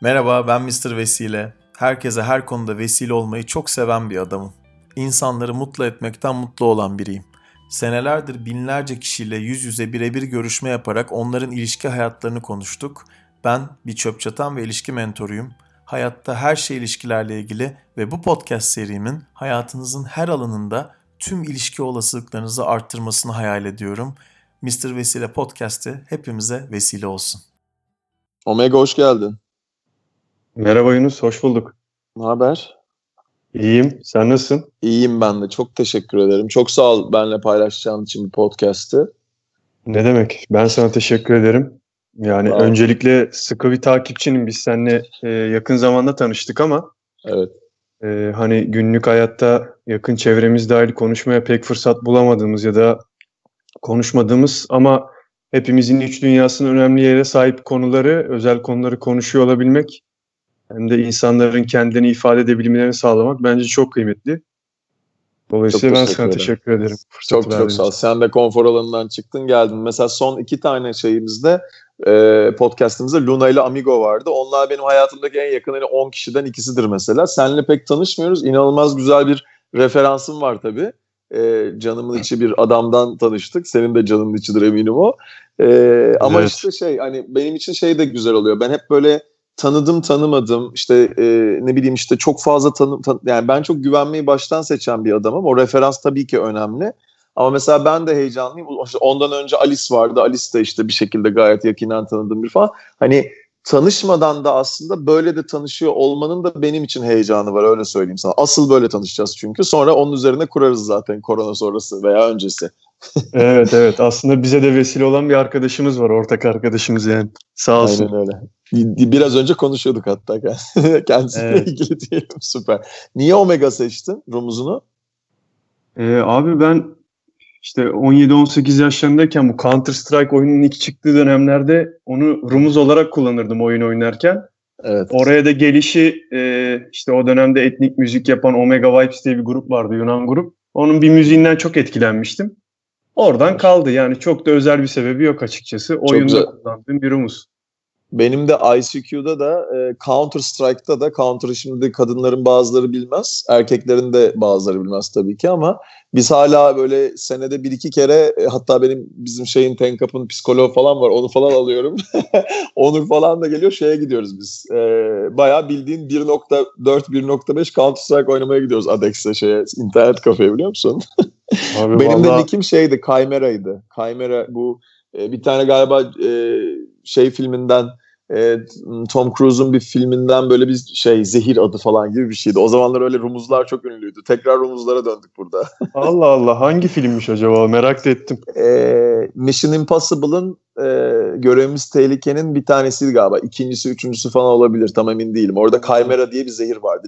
Merhaba, ben Mr. Vesile. Herkese her konuda vesile olmayı çok seven bir adamım. İnsanları mutlu etmekten mutlu olan biriyim. Senelerdir binlerce kişiyle yüz yüze birebir görüşme yaparak onların ilişki hayatlarını konuştuk. Ben bir çöp çatan ve ilişki mentoruyum. Hayatta her şey ilişkilerle ilgili ve bu podcast serimin hayatınızın her alanında tüm ilişki olasılıklarınızı arttırmasını hayal ediyorum. Mr. Vesile Podcast'ı hepimize vesile olsun. Omega hoş geldin. Merhaba Yunus, hoş bulduk. Ne haber? İyiyim, sen nasılsın? İyiyim ben de. Çok teşekkür ederim. Çok sağ ol benimle paylaşacağın için bu podcast'ı. Ne demek? Ben sana teşekkür ederim. Yani Sağ ol. öncelikle sıkı bir takipçinim. Biz seninle yakın zamanda tanıştık ama Evet. hani günlük hayatta yakın çevremiz dahil konuşmaya pek fırsat bulamadığımız ya da konuşmadığımız ama hepimizin iç dünyasının önemli yere sahip konuları, özel konuları konuşuyor olabilmek hem de insanların kendini ifade edebilmelerini sağlamak bence çok kıymetli. Dolayısıyla ben sana teşekkür ederim. Çok sağ ol. Sen de konfor alanından çıktın geldin. Mesela son 2 tane şeyimizde podcastımızda Luna ile Amigo vardı. Onlar benim hayatımdaki en yakın 10 kişiden ikisidir mesela. Seninle pek tanışmıyoruz. İnanılmaz güzel bir referansım var tabii. Canımın içi bir adamdan tanıştık. Senin de canımın içidir eminim o. Ama Evet. işte hani benim için şey de güzel oluyor. Ben hep böyle tanımadım işte ne bileyim işte çok fazla yani ben çok güvenmeyi baştan seçen bir adamım. O referans tabii ki önemli. Ama mesela ben de heyecanlıyım. İşte ondan önce Alice vardı. Alice de işte bir şekilde gayet yakinen tanıdığım bir falan. Hani tanışmadan da aslında böyle de tanışıyor olmanın da benim için heyecanı var, öyle söyleyeyim sana. Asıl böyle tanışacağız çünkü. Sonra onun üzerine kurarız zaten korona sonrası veya öncesi. Evet. Aslında bize de vesile olan bir arkadaşımız var. Ortak arkadaşımız yani. Sağ olsun. Aynen öyle. Biraz önce konuşuyorduk hatta. Kendisiyle Evet. ilgili diyelim. Süper. Niye Omega seçtin rumuzunu? Abi ben işte 17-18 yaşlarındayken bu Counter Strike oyunun ilk çıktığı dönemlerde onu rumuz olarak kullanırdım oyun oynarken. Evet. Oraya da gelişi işte o dönemde etnik müzik yapan Omega Vibes diye bir grup vardı, Yunan grup. Onun bir müziğinden çok etkilenmiştim. Oradan kaldı yani çok da özel bir sebebi yok açıkçası. Oyunda kullandığım bir rumuz. Benim de ICQ'da da Counter Strike'da da Counter'ı şimdi kadınların bazıları bilmez. Erkeklerin de bazıları bilmez tabii ki ama biz hala böyle senede 1-2 kere hatta bizim Tenkap'ın psikoloğu falan var. Onu falan alıyorum. Onur falan da geliyor. Şeye gidiyoruz biz. Bayağı bildiğin 1.4 1.5 Counter Strike oynamaya gidiyoruz Adex'e internet kafeye, biliyor musun? Abi Benim vallahi... de nickim Chimera'ydı. Chimera bu bir tane galiba filminden Tom Cruise'un bir filminden böyle bir Zehir adı falan gibi bir şeydi. O zamanlar öyle rumuzlar çok ünlüydü. Tekrar rumuzlara döndük burada. Allah Allah, hangi filmmiş acaba, merak da ettim. Mission Impossible'ın Görevimiz Tehlike'nin bir tanesiydi galiba. İkincisi, üçüncüsü falan olabilir. Tam emin değilim. Orada Chimera diye bir zehir vardı.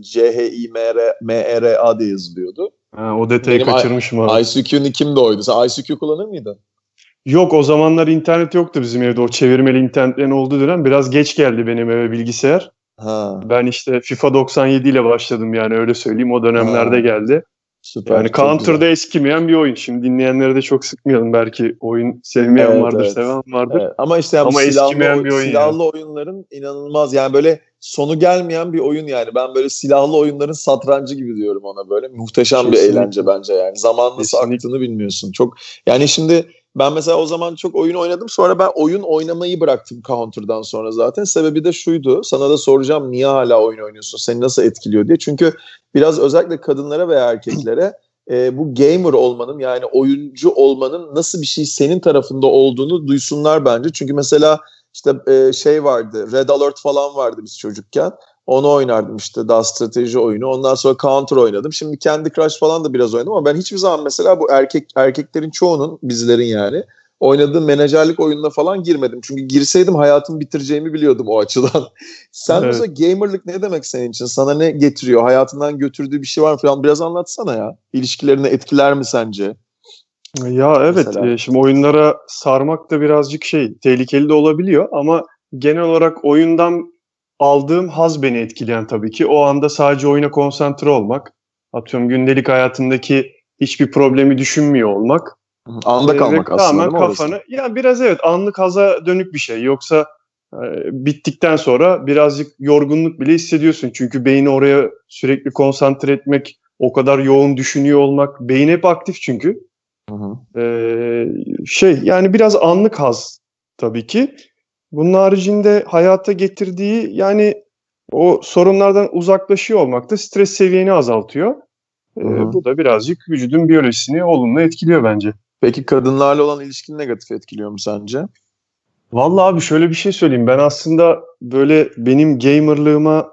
CHIMERA diye yazılıyordu. O detayı kaçırmışım abi. ICQ nickim de oydu. Sen ICQ kullanır mıydın? Yok, o zamanlar internet yoktu bizim evde. O çevirmeli internetlerin olduğu dönem biraz geç geldi benim eve bilgisayar. Ha. Ben işte FIFA 97 ile başladım yani, öyle söyleyeyim, o dönemlerde geldi. Süper. Yani Counter'da eskimeyen bir oyun. Şimdi dinleyenlere de çok sıkmayalım, belki oyun sevmeyen vardır, seven vardır. Evet. Ama işte yani eskimeyen bir oyun silahlı oyunların inanılmaz yani böyle sonu gelmeyen bir oyun yani. Ben böyle silahlı oyunların satrancı gibi diyorum ona böyle. Muhteşem Kesinlikle. Bir eğlence bence yani. Zaman nasıl aktığını bilmiyorsun. Çok yani şimdi ben mesela o zaman çok oyun oynadım. Sonra ben oyun oynamayı bıraktım Counter'dan sonra zaten. Sebebi de şuydu. Sana da soracağım, niye hala oyun oynuyorsun? Seni nasıl etkiliyor diye. Çünkü biraz özellikle kadınlara veya erkeklere bu gamer olmanın, yani oyuncu olmanın nasıl bir şey senin tarafında olduğunu duysunlar bence. Çünkü mesela işte vardı, Red Alert falan vardı biz çocukken. Onu oynardım işte, daha strateji oyunu. Ondan sonra Counter oynadım. Şimdi Candy Crush falan da biraz oynadım ama ben hiçbir zaman mesela bu erkeklerin çoğunun, bizlerin yani, oynadığım menajerlik oyununa falan girmedim. Çünkü girseydim hayatımı bitireceğimi biliyordum o açıdan. Sen mesela gamerlık ne demek senin için? Sana ne getiriyor? Hayatından götürdüğü bir şey var mı falan? Biraz anlatsana ya. İlişkilerini etkiler mi sence? Ya evet, şimdi oyunlara sarmak da birazcık tehlikeli de olabiliyor ama genel olarak oyundan aldığım haz beni etkileyen tabii ki. O anda sadece oyuna konsantre olmak, atıyorum gündelik hayatındaki hiçbir problemi düşünmüyor olmak. Anda kalmak aslında, değil mi kafanı, yani biraz anlık haza dönük bir şey. Yoksa Bittikten sonra birazcık yorgunluk bile hissediyorsun. Çünkü beyni oraya sürekli konsantre etmek, o kadar yoğun düşünüyor olmak, beyin hep aktif çünkü. Hı hı. Yani biraz anlık haz tabii ki. Bunun haricinde hayata getirdiği yani o sorunlardan uzaklaşıyor olmak da stres seviyeni azaltıyor. Bu da birazcık vücudun biyolojisini olumlu etkiliyor bence. Peki kadınlarla olan ilişkini negatif etkiliyor mu sence? Vallahi abi şöyle bir şey söyleyeyim. Ben aslında böyle benim gamerlığıma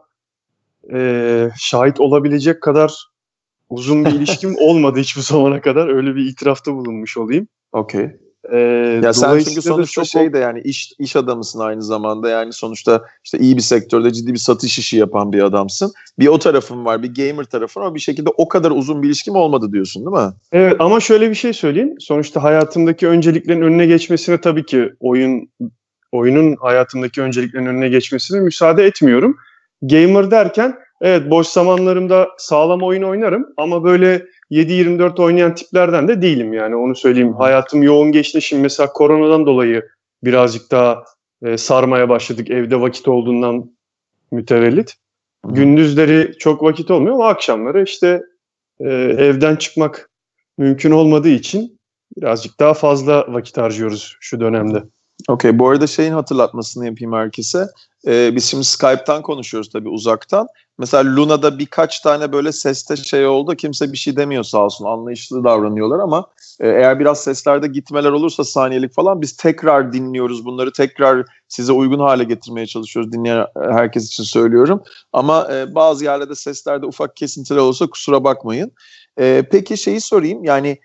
şahit olabilecek kadar uzun bir ilişkim olmadı hiç bu zamana kadar. Öyle bir itirafta bulunmuş olayım. Okey. Ya sen çünkü sonuçta çok yani iş adamısın aynı zamanda, yani sonuçta işte iyi bir sektörde ciddi bir satış işi yapan bir adamsın. Bir o tarafın var, bir gamer tarafın, ama bir şekilde o kadar uzun bir ilişkim olmadı diyorsun, değil mi? Evet, ama şöyle bir şey söyleyeyim. Sonuçta hayatımdaki önceliklerin önüne geçmesine tabii ki oyunun hayatımdaki önceliklerin önüne geçmesine müsaade etmiyorum. Gamer derken evet, boş zamanlarımda sağlam oyun oynarım ama böyle 7/24 oynayan tiplerden de değilim, yani onu söyleyeyim. Hayatım yoğun geçti. Şimdi mesela koronadan dolayı birazcık daha sarmaya başladık evde vakit olduğundan mütevellit. Gündüzleri çok vakit olmuyor ama akşamları işte evden çıkmak mümkün olmadığı için birazcık daha fazla vakit harcıyoruz şu dönemde. Okey. Bu arada şeyin hatırlatmasını yapayım herkese. Biz şimdi Skype'tan konuşuyoruz tabii, uzaktan. Mesela Luna'da birkaç tane böyle seste şey oldu. Kimse bir şey demiyor sağ olsun. Anlayışlı davranıyorlar ama eğer biraz seslerde gitmeler olursa saniyelik falan, biz tekrar dinliyoruz bunları. Tekrar size uygun hale getirmeye çalışıyoruz. Dinleyen herkes için söylüyorum. Ama bazı yerlerde seslerde ufak kesintiler olursa kusura bakmayın. Peki şeyi sorayım. Yani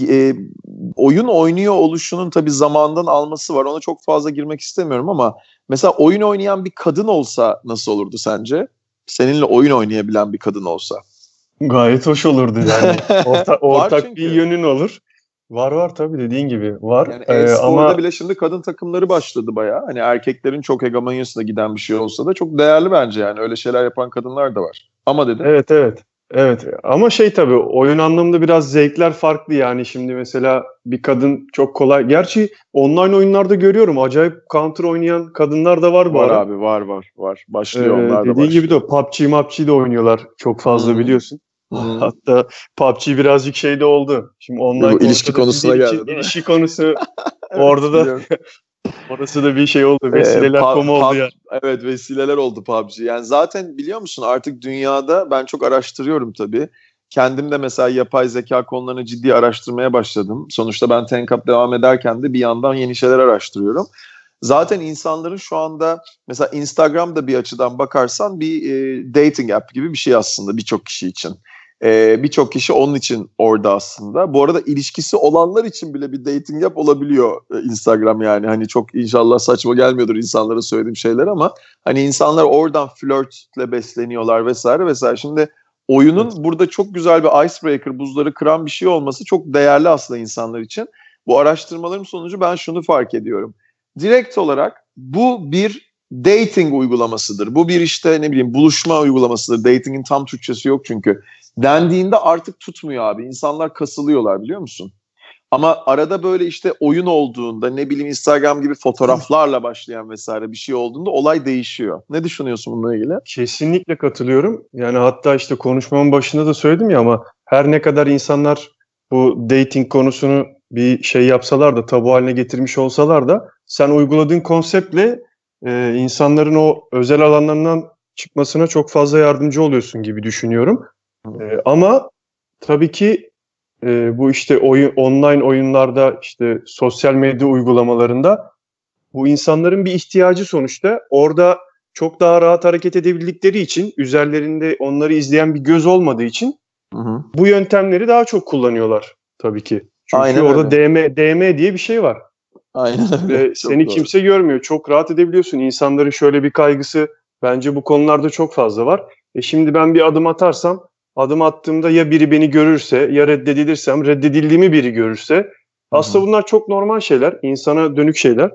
oyun oynuyor oluşunun tabii zamandan alması var. Ona çok fazla girmek istemiyorum ama mesela oyun oynayan bir kadın olsa nasıl olurdu sence? Seninle oyun oynayabilen bir kadın olsa. Gayet hoş olurdu yani. Ortak bir çünkü. yönün olur. Var tabii, dediğin gibi var. Yani e-sporda ama bile şimdi kadın takımları başladı bayağı. Hani erkeklerin çok hegemonyasına giden bir şey olsa da çok değerli bence yani. Öyle şeyler yapan kadınlar da var. Ama dedim. Evet ama tabii oyun anlamında biraz zevkler farklı yani. Şimdi mesela bir kadın çok kolay. Gerçi online oyunlarda görüyorum acayip counter oynayan kadınlar da var bu ara. Var abi, var. Başlıyor, onlar da başlıyor. Dediğin gibi de PUBG de oynuyorlar çok fazla, biliyorsun. Hatta PUBG birazcık de oldu. Şimdi online bu ilişki konusuna geldi, değil mi? İlişki konusu evet, orada da orası da bir şey oldu. Vesileler oldu yani. Evet, vesileler oldu PUBG. Yani zaten biliyor musun, artık dünyada ben çok araştırıyorum tabii. Kendim de mesela yapay zeka konularını ciddi araştırmaya başladım. Sonuçta ben TenCap devam ederken de bir yandan yeni şeyler araştırıyorum. Zaten insanların şu anda mesela Instagram'da bir açıdan bakarsan bir dating app gibi bir şey aslında birçok kişi için. Birçok kişi onun için orada aslında. Bu arada ilişkisi olanlar için bile bir dating app olabiliyor Instagram yani. Hani çok inşallah saçma gelmiyordur insanlara söylediğim şeyler ama hani insanlar oradan flörtle besleniyorlar vesaire vesaire. Şimdi oyunun burada çok güzel bir icebreaker, buzları kıran bir şey olması çok değerli aslında insanlar için. Bu araştırmalarım sonucu ben şunu fark ediyorum. Direkt olarak bu bir dating uygulamasıdır. Bu bir işte ne bileyim buluşma uygulamasıdır. Dating'in tam Türkçesi yok çünkü. Dendiğinde artık tutmuyor abi. İnsanlar kasılıyorlar, biliyor musun? Ama arada böyle işte oyun olduğunda, ne bileyim Instagram gibi fotoğraflarla başlayan vesaire bir şey olduğunda olay değişiyor. Ne düşünüyorsun bununla ilgili? Kesinlikle katılıyorum. Yani hatta işte konuşmamın başında da söyledim ya, ama her ne kadar insanlar bu dating konusunu bir şey yapsalar da, tabu haline getirmiş olsalar da, sen uyguladığın konseptle insanların o özel alanlarından çıkmasına çok fazla yardımcı oluyorsun gibi düşünüyorum. Ama tabii ki bu işte online oyunlarda, işte sosyal medya uygulamalarında bu insanların bir ihtiyacı sonuçta. Orada çok daha rahat hareket edebildikleri için, üzerlerinde onları izleyen bir göz olmadığı için bu yöntemleri daha çok kullanıyorlar tabii ki. Çünkü aynen orada DM diye bir şey var. Aynen öyle. Ve seni kimse görmüyor. Çok rahat edebiliyorsun. İnsanların şöyle bir kaygısı bence bu konularda çok fazla var. Şimdi ben bir adım atarsam, adım attığımda ya biri beni görürse, ya reddedilirsem, reddedildiğimi biri görürse. Aslında bunlar çok normal şeyler, insana dönük şeyler.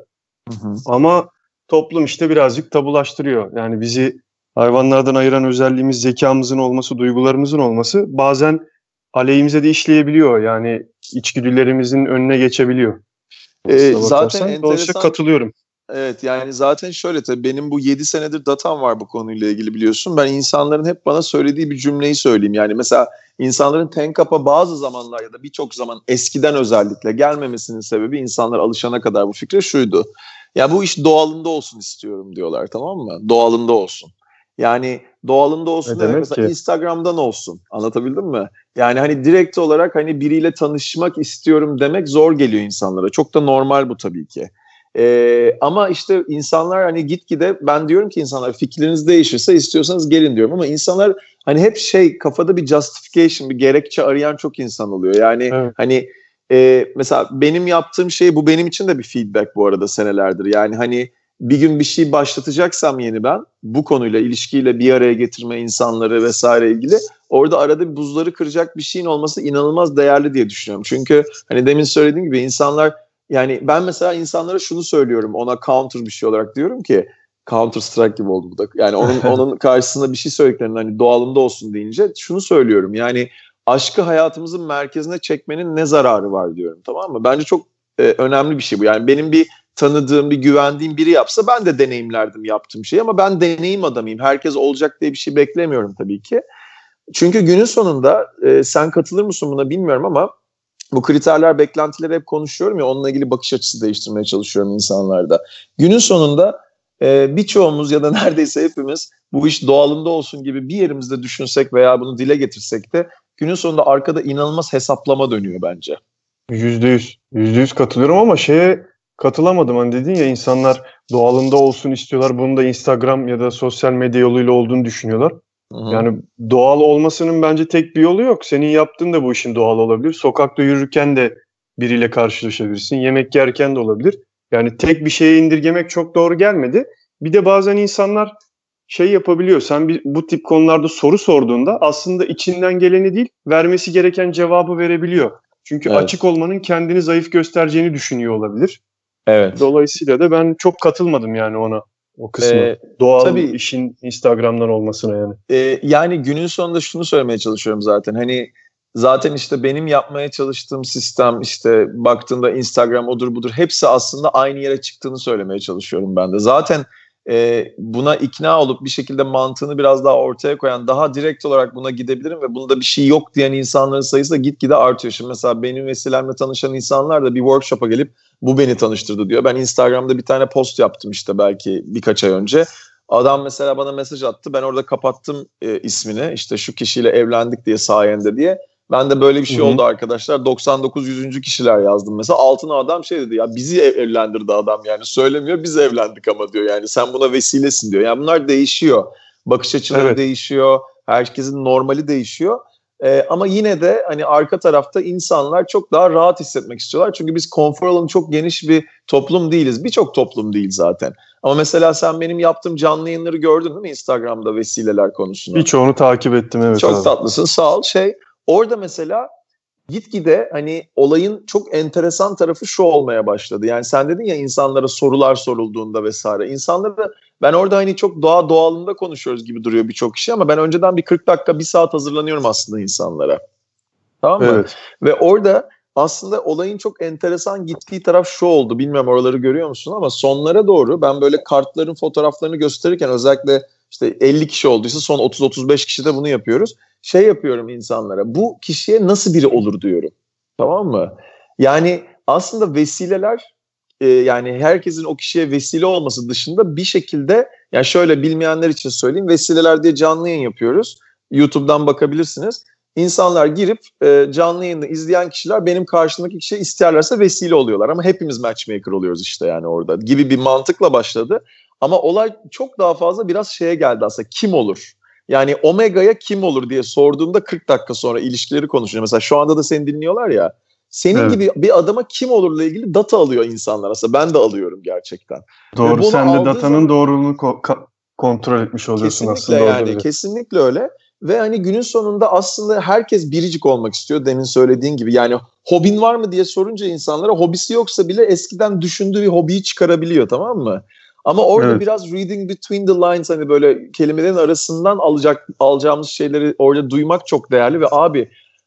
Ama toplum işte birazcık tabulaştırıyor. Yani bizi hayvanlardan ayıran özelliğimiz zekamızın olması, duygularımızın olması bazen aleyhimize de işleyebiliyor. Yani içgüdülerimizin önüne geçebiliyor. Zaten enteresan, katılıyorum. Evet, yani zaten şöyle, tabii benim bu 7 senedir datam var bu konuyla ilgili, biliyorsun. Ben insanların hep bana söylediği bir cümleyi söyleyeyim. Yani mesela insanların Tenkap'a bazı zamanlar ya da birçok zaman eskiden özellikle gelmemesinin sebebi, insanlar alışana kadar bu fikre şuydu: ya bu iş doğalında olsun istiyorum diyorlar, tamam mı? Doğalında olsun. Yani doğalında olsun Ne demek demek mesela ki? Instagram'dan olsun. Anlatabildim mi? Yani hani direkt olarak hani biriyle tanışmak istiyorum demek zor geliyor insanlara. Çok da normal bu tabii ki. Ama işte insanlar hani gitgide, ben diyorum ki insanlar fikirleriniz değişirse istiyorsanız gelin diyorum, ama insanlar hani hep kafada bir justification, bir gerekçe arayan çok insan oluyor. Yani Evet. hani mesela benim yaptığım şey, bu benim için de bir feedback bu arada senelerdir. Yani hani bir gün bir şey başlatacaksam yeni, ben bu konuyla, ilişkiyle bir araya getirme insanları vesaire ilgili, orada arada bir buzları kıracak bir şeyin olması inanılmaz değerli diye düşünüyorum. Çünkü hani demin söylediğim gibi insanlar, yani ben mesela insanlara şunu söylüyorum, ona counter bir şey olarak diyorum ki, Counter Strike gibi oldu bu da. Yani onun karşısında bir şey söylediklerinde, hani doğalında olsun deyince şunu söylüyorum. Yani aşkı hayatımızın merkezine çekmenin ne zararı var diyorum, tamam mı? Bence çok önemli bir şey bu. Yani benim bir tanıdığım, bir güvendiğim biri yapsa ben de deneyimlerdim yaptığım şeyi, ama ben deneyim adamıyım. Herkes olacak diye bir şey beklemiyorum tabii ki. Çünkü günün sonunda sen katılır mısın buna bilmiyorum, ama bu kriterler, beklentileri hep konuşuyorum ya, onunla ilgili bakış açısı değiştirmeye çalışıyorum insanlarda. Günün sonunda birçoğumuz ya da neredeyse hepimiz bu iş doğalında olsun gibi bir yerimizde düşünsek veya bunu dile getirsek de, günün sonunda arkada inanılmaz hesaplama dönüyor bence. %100. %100 katılıyorum ama şeye katılamadım. Hani dedin ya, insanlar doğalında olsun istiyorlar. Bunu da Instagram ya da sosyal medya yoluyla olduğunu düşünüyorlar. Hı-hı. Yani doğal olmasının bence tek bir yolu yok. Senin yaptığın da bu işin doğal olabilir. Sokakta yürürken de biriyle karşılaşabilirsin. Yemek yerken de olabilir. Yani tek bir şeye indirgemek çok doğru gelmedi. Bir de bazen insanlar şey yapabiliyor. Sen bu tip konularda soru sorduğunda aslında içinden geleni değil, vermesi gereken cevabı verebiliyor. Çünkü Evet. açık olmanın kendini zayıf göstereceğini düşünüyor olabilir. Evet. Dolayısıyla da ben çok katılmadım yani o kısmı. Doğal Tabii işin Instagram'dan olmasına yani. yani günün sonunda şunu söylemeye çalışıyorum zaten. Hani zaten işte benim yapmaya çalıştığım sistem, işte baktığında Instagram odur budur, hepsi aslında aynı yere çıktığını söylemeye çalışıyorum ben de. Zaten buna ikna olup bir şekilde mantığını biraz daha ortaya koyan, daha direkt olarak buna gidebilirim ve bunda bir şey yok diyen insanların sayısı da gitgide artıyor. Şimdi mesela benim vesilemle tanışan insanlar da bir workshop'a gelip bu beni tanıştırdı diyor. Ben Instagram'da bir tane post yaptım işte belki birkaç ay önce. Adam mesela bana mesaj attı. Ben orada kapattım ismini. İşte şu kişiyle evlendik diye, sayende diye. Ben de böyle bir şey oldu arkadaşlar. 99 100. kişiler yazdım mesela. Altına adam şey dedi ya, bizi evlendirdi adam, yani söylemiyor, biz evlendik ama diyor. Yani sen buna vesilesin diyor. Yani bunlar değişiyor. Bakış açıları değişiyor. Herkesin normali değişiyor. Ama yine de hani arka tarafta insanlar çok daha rahat hissetmek istiyorlar. Çünkü biz konfor alanı çok geniş bir toplum değiliz. Birçok toplum değil zaten. Ama mesela sen benim yaptığım canlı yayınları gördün değil mi Instagram'da, vesileler konusunu? Birçoğunu takip ettim, evet Çok abi. tatlısın, sağ ol. Orada mesela gitgide hani olayın çok enteresan tarafı şu olmaya başladı. Yani sen dedin ya, insanlara sorular sorulduğunda vesaire. İnsanlara, ben orada hani çok doğalında konuşuyoruz gibi duruyor birçok kişi, ama ben önceden bir 40 dakika, bir saat hazırlanıyorum aslında insanlara. Tamam mı? Evet. Ve orada aslında olayın çok enteresan gittiği taraf şu oldu. Bilmiyorum oraları görüyor musun, ama sonlara doğru ben böyle kartların fotoğraflarını gösterirken, özellikle işte 50 kişi olduysa son 30-35 kişi de bunu yapıyoruz. Yapıyorum insanlara. Bu kişiye nasıl biri olur diyorum. Tamam mı? Yani aslında vesileler, yani herkesin o kişiye vesile olması dışında bir şekilde, yani şöyle, bilmeyenler için söyleyeyim. Vesileler diye canlı yayın yapıyoruz. YouTube'dan bakabilirsiniz. İnsanlar girip canlı yayını izleyen kişiler benim karşımdaki kişiye isterlerse vesile oluyorlar. Ama hepimiz matchmaker oluyoruz işte, yani orada gibi bir mantıkla başladı. Ama olay çok daha fazla biraz şeye geldi aslında. Kim olur? Yani Omega'ya kim olur diye sorduğumda 40 dakika sonra ilişkileri konuşuyor. Mesela şu anda da seni dinliyorlar ya. Senin gibi bir adama kim olurla ilgili data alıyor insanlar aslında. Ben de alıyorum gerçekten. Doğru, sen de datanın zaman, doğruluğunu kontrol etmiş oluyorsun kesinlikle aslında. Yani kesinlikle öyle. Ve hani günün sonunda aslında herkes biricik olmak istiyor, demin söylediğin gibi. Yani hobin var mı diye sorunca insanlara, hobisi yoksa bile eskiden düşündüğü bir hobiyi çıkarabiliyor, tamam mı? Ama orada biraz reading between the lines, hani böyle kelimelerin arasından alacağımız şeyleri orada duymak çok değerli. Ve abi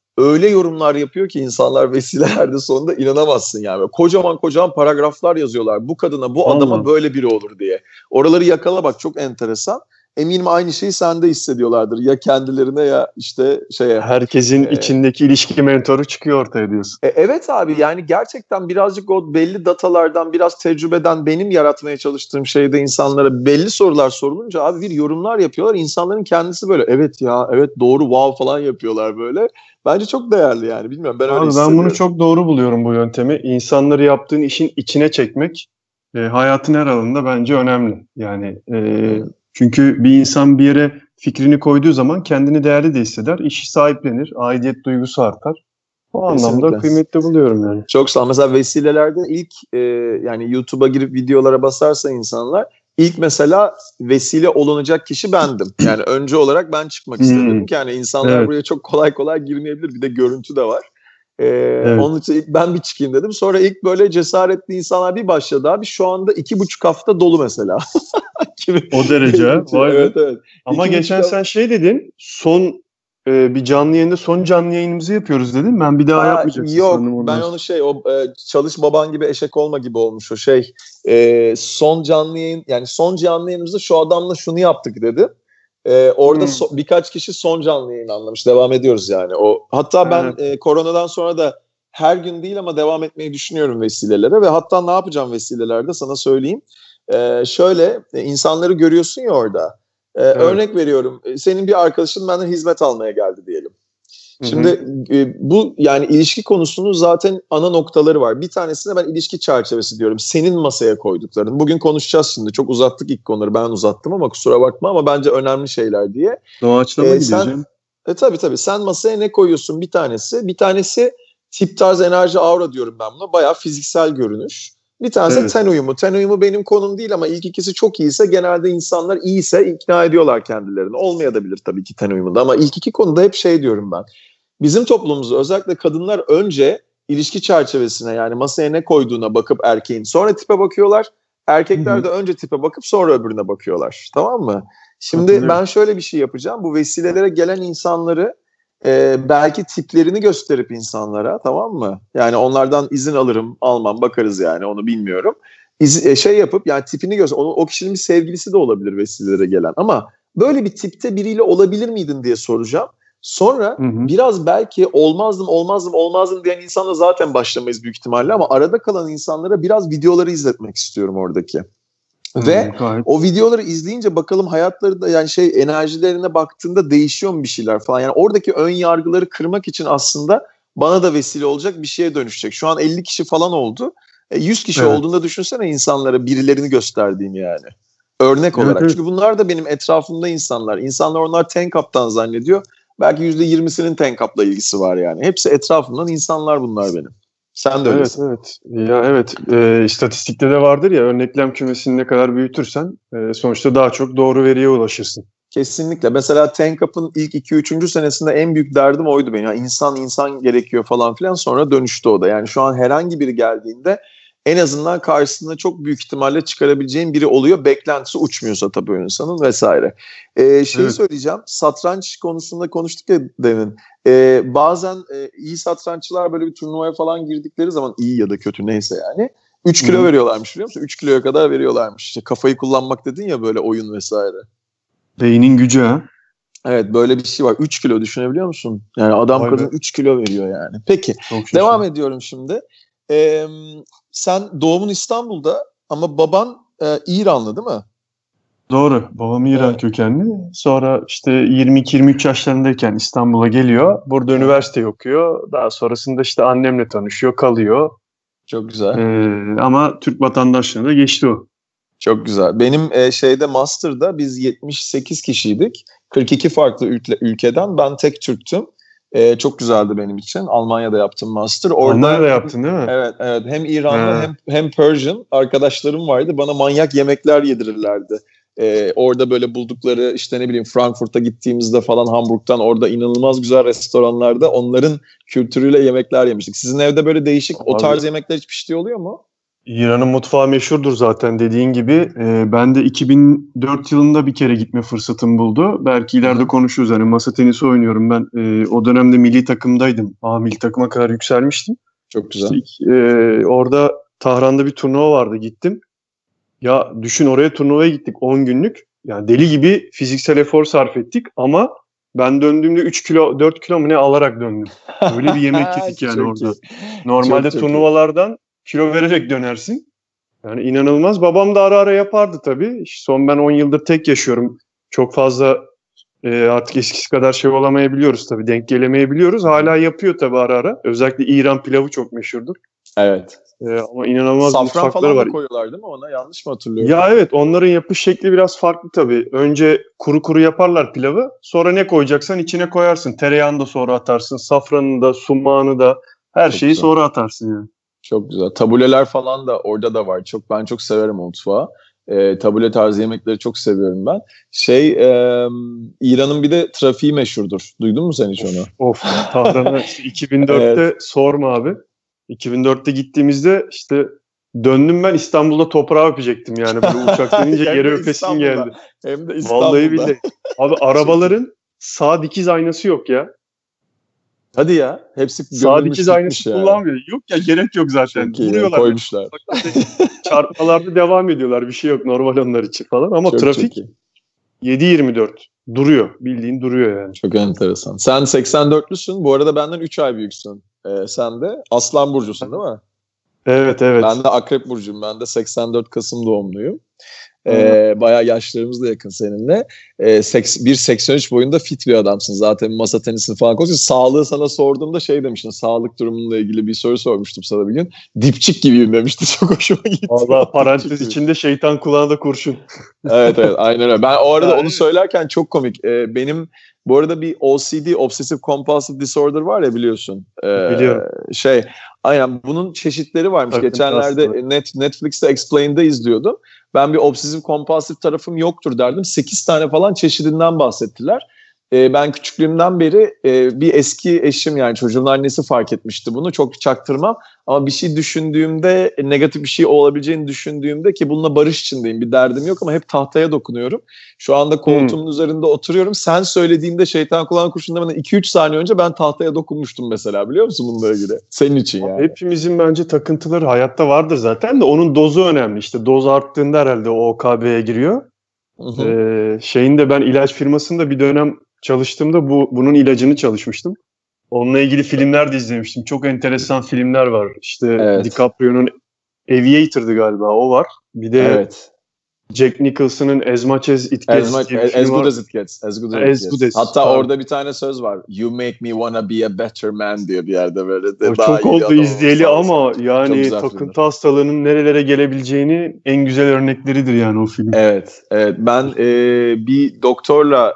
öyle yorumlar yapıyor ki insanlar vesilelerde sonunda inanamazsın yani. Kocaman kocaman paragraflar yazıyorlar. Bu kadına, bu adama Allah. böyle biri olur diye. Oraları yakala bak, çok enteresan. Eminim aynı şeyi sen de hissediyorlardır. Ya kendilerine ya işte şeye. Herkesin içindeki ilişki mentoru çıkıyor ortaya diyorsun. Evet abi, yani gerçekten birazcık o belli datalardan, biraz tecrübeden, benim yaratmaya çalıştığım şeyde insanlara belli sorular sorulunca abi bir yorumlar yapıyorlar. İnsanların kendisi böyle evet ya, evet doğru, wow falan yapıyorlar böyle. Bence çok değerli yani, bilmiyorum, ben öyle hissediyorum. Ben bunu çok doğru buluyorum, bu yöntemi. İnsanları yaptığın işin içine çekmek hayatın her alanında bence önemli. Yani çünkü bir insan bir yere fikrini koyduğu zaman kendini değerli de hisseder, işi sahiplenir, aidiyet duygusu artar. O anlamda kıymetli buluyorum yani. Çok sağ ol. Mesela vesilelerde ilk yani YouTube'a girip videolara basarsa insanlar, ilk mesela vesile olunacak kişi bendim. Yani önce olarak ben çıkmak istedim ki yani insanlar buraya çok kolay kolay girmeyebilir. Bir de görüntü de var. Onun için ilk ben bir çıkayım dedim. Sonra ilk böyle cesaretli insanlar bir başladı abi. Şu anda 2,5 hafta dolu mesela. O derece. Vay evet, evet. Ama geçen sen şey dedin, bir canlı yayında son canlı yayınımızı yapıyoruz dedin. Ben bir daha yapmayacaksın sandım. Yok, ben onu çalış baban gibi eşek olma gibi olmuş o şey. Son canlı yayın, yani son canlı yayınımızda şu adamla şunu yaptık dedi. Orada birkaç kişi son canlı yayın anlamış. Devam ediyoruz yani. Hatta ben koronadan sonra da her gün değil ama devam etmeyi düşünüyorum vesilelere ve hatta ne yapacağım vesilelerde sana söyleyeyim. Şöyle insanları görüyorsun ya orada. Örnek veriyorum. Senin bir arkadaşın benden hizmet almaya geldi diyelim. Şimdi bu yani ilişki konusunun zaten ana noktaları var. Bir tanesine ben ilişki çerçevesi diyorum. Senin masaya koydukların. Bugün konuşacağız şimdi. Çok uzattık ilk konuları. Ben uzattım ama kusura bakma, ama bence önemli şeyler diye. Doğaçlama gideceğim. Tabii. Sen masaya ne koyuyorsun bir tanesi? Bir tanesi tip, tarz, enerji, aura diyorum ben buna. Bayağı fiziksel görünüş. Bir tanesi ten uyumu. Ten uyumu benim konum değil ama ilk ikisi çok iyiyse, genelde insanlar iyiyse ikna ediyorlar kendilerini. Olmayabilir tabii ki ten uyumunda ama ilk iki konuda hep şey diyorum ben. Bizim toplumumuzda özellikle kadınlar önce ilişki çerçevesine, yani masaya ne koyduğuna bakıp erkeğin, sonra tipe bakıyorlar. Erkekler de önce tipe bakıp sonra öbürüne bakıyorlar. Tamam mı? Şimdi ben şöyle bir şey yapacağım. Bu vesilelere gelen insanları belki tiplerini gösterip insanlara, tamam mı? Yani onlardan izin alırım, almam, bakarız yani, onu bilmiyorum. Yapıp yani tipini göster. O kişinin bir sevgilisi de olabilir vesilelere gelen, ama böyle bir tipte biriyle olabilir miydin diye soracağım. Sonra biraz belki olmazdım diyen insanla zaten başlamayız büyük ihtimalle, ama arada kalan insanlara biraz videoları izletmek istiyorum oradaki. Ve o videoları izleyince bakalım hayatları da, yani enerjilerine baktığında değişiyor mu bir şeyler falan. Yani oradaki ön yargıları kırmak için aslında bana da vesile olacak bir şeye dönüşecek. Şu an 50 kişi falan oldu. 100 kişi olduğunda düşünsene insanlara birilerini gösterdiğim yani. Örnek olarak. Çünkü bunlar da benim etrafımda insanlar. İnsanlar onlar Tenkap'tan zannediyor. Belki %20'sinin Tenkap'la ilgisi var yani. Hepsi etrafımdan insanlar bunlar benim. Sen de öylesin. Evet. İstatistikte de vardır ya, örneklem kümesini ne kadar büyütürsen sonuçta daha çok doğru veriye ulaşırsın. Kesinlikle. Mesela Tenkap'ın ilk 2-3. senesinde en büyük derdim oydu benim. Yani insan gerekiyor falan filan, sonra dönüştü o da. Yani şu an herhangi biri geldiğinde en azından karşısında çok büyük ihtimalle çıkarabileceğin biri oluyor. Beklentisi uçmuyorsa tabii o insanın vesaire. Söyleyeceğim. Satranç konusunda konuştuk ya demin. Bazen iyi satranççılar böyle bir turnuvaya falan girdikleri zaman, iyi ya da kötü neyse yani, 3 kilo veriyorlarmış, biliyor musun? 3 kiloya kadar veriyorlarmış. İşte kafayı kullanmak dedin ya, böyle oyun vesaire. Beynin gücü ha. Evet, böyle bir şey var. 3 kilo düşünebiliyor musun? Yani adam kadın 3 kilo veriyor yani. Peki devam ediyorum şimdi. Sen doğumun İstanbul'da ama baban İranlı değil mi? Doğru. Babam İran kökenli. Sonra işte 22-23 yaşlarındayken İstanbul'a geliyor. Burada üniversite okuyor. Daha sonrasında işte annemle tanışıyor, kalıyor. Çok güzel. Ama Türk vatandaşlığına da geçti o. Çok güzel. Benim Master'da biz 78 kişiydik. 42 farklı ülkeden. Ben tek Türktüm. Çok güzeldi benim için. Almanya'da yaptım Master. Almanya'da yaptın değil mi? Evet. Hem İranlı hem Persian arkadaşlarım vardı. Bana manyak yemekler yedirirlerdi. Orada böyle buldukları, işte ne bileyim, Frankfurt'a gittiğimizde falan, Hamburg'dan, orada inanılmaz güzel restoranlarda onların kültürüyle yemekler yemiştik. Sizin evde böyle değişik o tarz yemekler hiç piştiği oluyor mu? İran'ın mutfağı meşhurdur zaten dediğin gibi. Ben de 2004 yılında bir kere gitme fırsatım buldu. Belki ileride konuşuruz. Hani masa tenisi oynuyorum ben. O dönemde milli takımdaydım. Milli takıma kadar yükselmiştim. Çok güzel. İşte, orada Tahran'da bir turnuva vardı, gittim. Ya düşün, oraya turnuvaya gittik 10 günlük. Yani deli gibi fiziksel efor sarf ettik ama ben döndüğümde 3 kilo 4 kilo mu ne alarak döndüm. Öyle bir yemek yedik yani orada. Normalde Çok turnuvalardan kilo vererek dönersin. Yani inanılmaz. Babam da ara ara yapardı tabii. Son ben 10 yıldır tek yaşıyorum. Çok fazla artık eskisi kadar şey olamayabiliyoruz tabii. Denk gelemeyebiliyoruz. Hala yapıyor tabii ara ara. Özellikle İran pilavı çok meşhurdur. Evet. Ama inanılmaz safran mutfakları falan var. da koyuyorlar değil mi ona? Yanlış mı hatırlıyorum? Ya evet, onların yapış şekli biraz farklı tabii. Önce kuru kuru yaparlar pilavı. Sonra ne koyacaksan içine koyarsın. Tereyağını da sonra atarsın. Safranını da, sumağını da, her Çok şeyi güzel. sonra atarsın yani. Çok güzel. Tabuleler falan da orada da var. Ben çok severim o mutfağı. Tabule tarzı yemekleri çok seviyorum ben. İran'ın bir de trafiği meşhurdur. Duydun mu sen hiç onu? Of. Tahran'a 2004'te Evet. sorma abi. 2004'te gittiğimizde işte döndüm, ben İstanbul'da toprağı öpecektim yani. Böyle uçak denince Hem yere de öpesim İstanbul'da. geldi. Hem de İstanbul'da. Vallahi billahi. Abi arabaların sağ dikiz aynası yok ya. Hadi ya. Hepsi Sağ gömülmüş dikiz gitmiş aynası yani. kullanmıyor. Yok ya, gerek yok zaten. Çok iyi. Vuruyorlar. Koymuşlar. Çarpmalarda devam ediyorlar. Bir şey yok normal onlar için falan. Ama Çok trafik iyi. 7/24 duruyor. Bildiğin duruyor yani. Çok enteresan. Sen 84'lüsün. Bu arada benden 3 ay büyüksün. Sen de Aslan Burcu'sun değil mi? Evet. Ben de Akrep Burcu'yum. Ben de 84 Kasım doğumluyum. Bayağı yaşlarımız da yakın seninle. 1.83 boyunda fit bir adamsın. Zaten masa tenisini falan konuşuyorsun. Sağlığı sana sorduğumda demiştin. Sağlık durumunla ilgili bir soru sormuştum sana bir gün. Dipçik gibiyim demişti. Çok hoşuma gitti. Valla parantez içinde şeytan kulağında kurşun. Evet aynen öyle. Ben o arada onu söylerken çok komik. Benim bu arada bir OCD, Obsessive Compulsive Disorder var ya, biliyorsun. Biliyorum. Aynen bunun çeşitleri varmış. Takıntı Geçenlerde hastalığı. Netflix'te Explained'de izliyordum. Ben bir obsesif kompulsif tarafım yoktur derdim. 8 tane falan çeşidinden bahsettiler. Ben küçüklüğümden beri bir eski eşim, yani çocuğumun annesi fark etmişti bunu. Çok çaktırmam. Ama bir şey düşündüğümde, negatif bir şey olabileceğini düşündüğümde, ki bununla barış içindeyim, bir derdim yok ama hep tahtaya dokunuyorum. Şu anda koltuğumun üzerinde oturuyorum. Sen söylediğinde şeytan kulağına kurşun demeden 2-3 saniye önce ben tahtaya dokunmuştum mesela, biliyor musun bununla ilgili? Senin için yani. Hepimizin bence takıntıları hayatta vardır zaten de onun dozu önemli. İşte doz arttığında herhalde o OKB'ye giriyor. Şeyinde ben ilaç firmasında bir dönem çalıştığımda bunun ilacını çalışmıştım. Onunla ilgili filmler de izlemiştim. Çok enteresan filmler var. İşte DiCaprio'nun Aviator'dı galiba, o var. Bir de Jack Nicholson'ın As Much As It Gets diye bir film var. As Good As It Gets. Hatta orada bir tane söz var. You make me wanna be a better man diye bir yerde böyle. O çok oldu izleyeli ama yani takıntı hastalığının nerelere gelebileceğini en güzel örnekleridir yani o film. Evet. Ben bir doktorla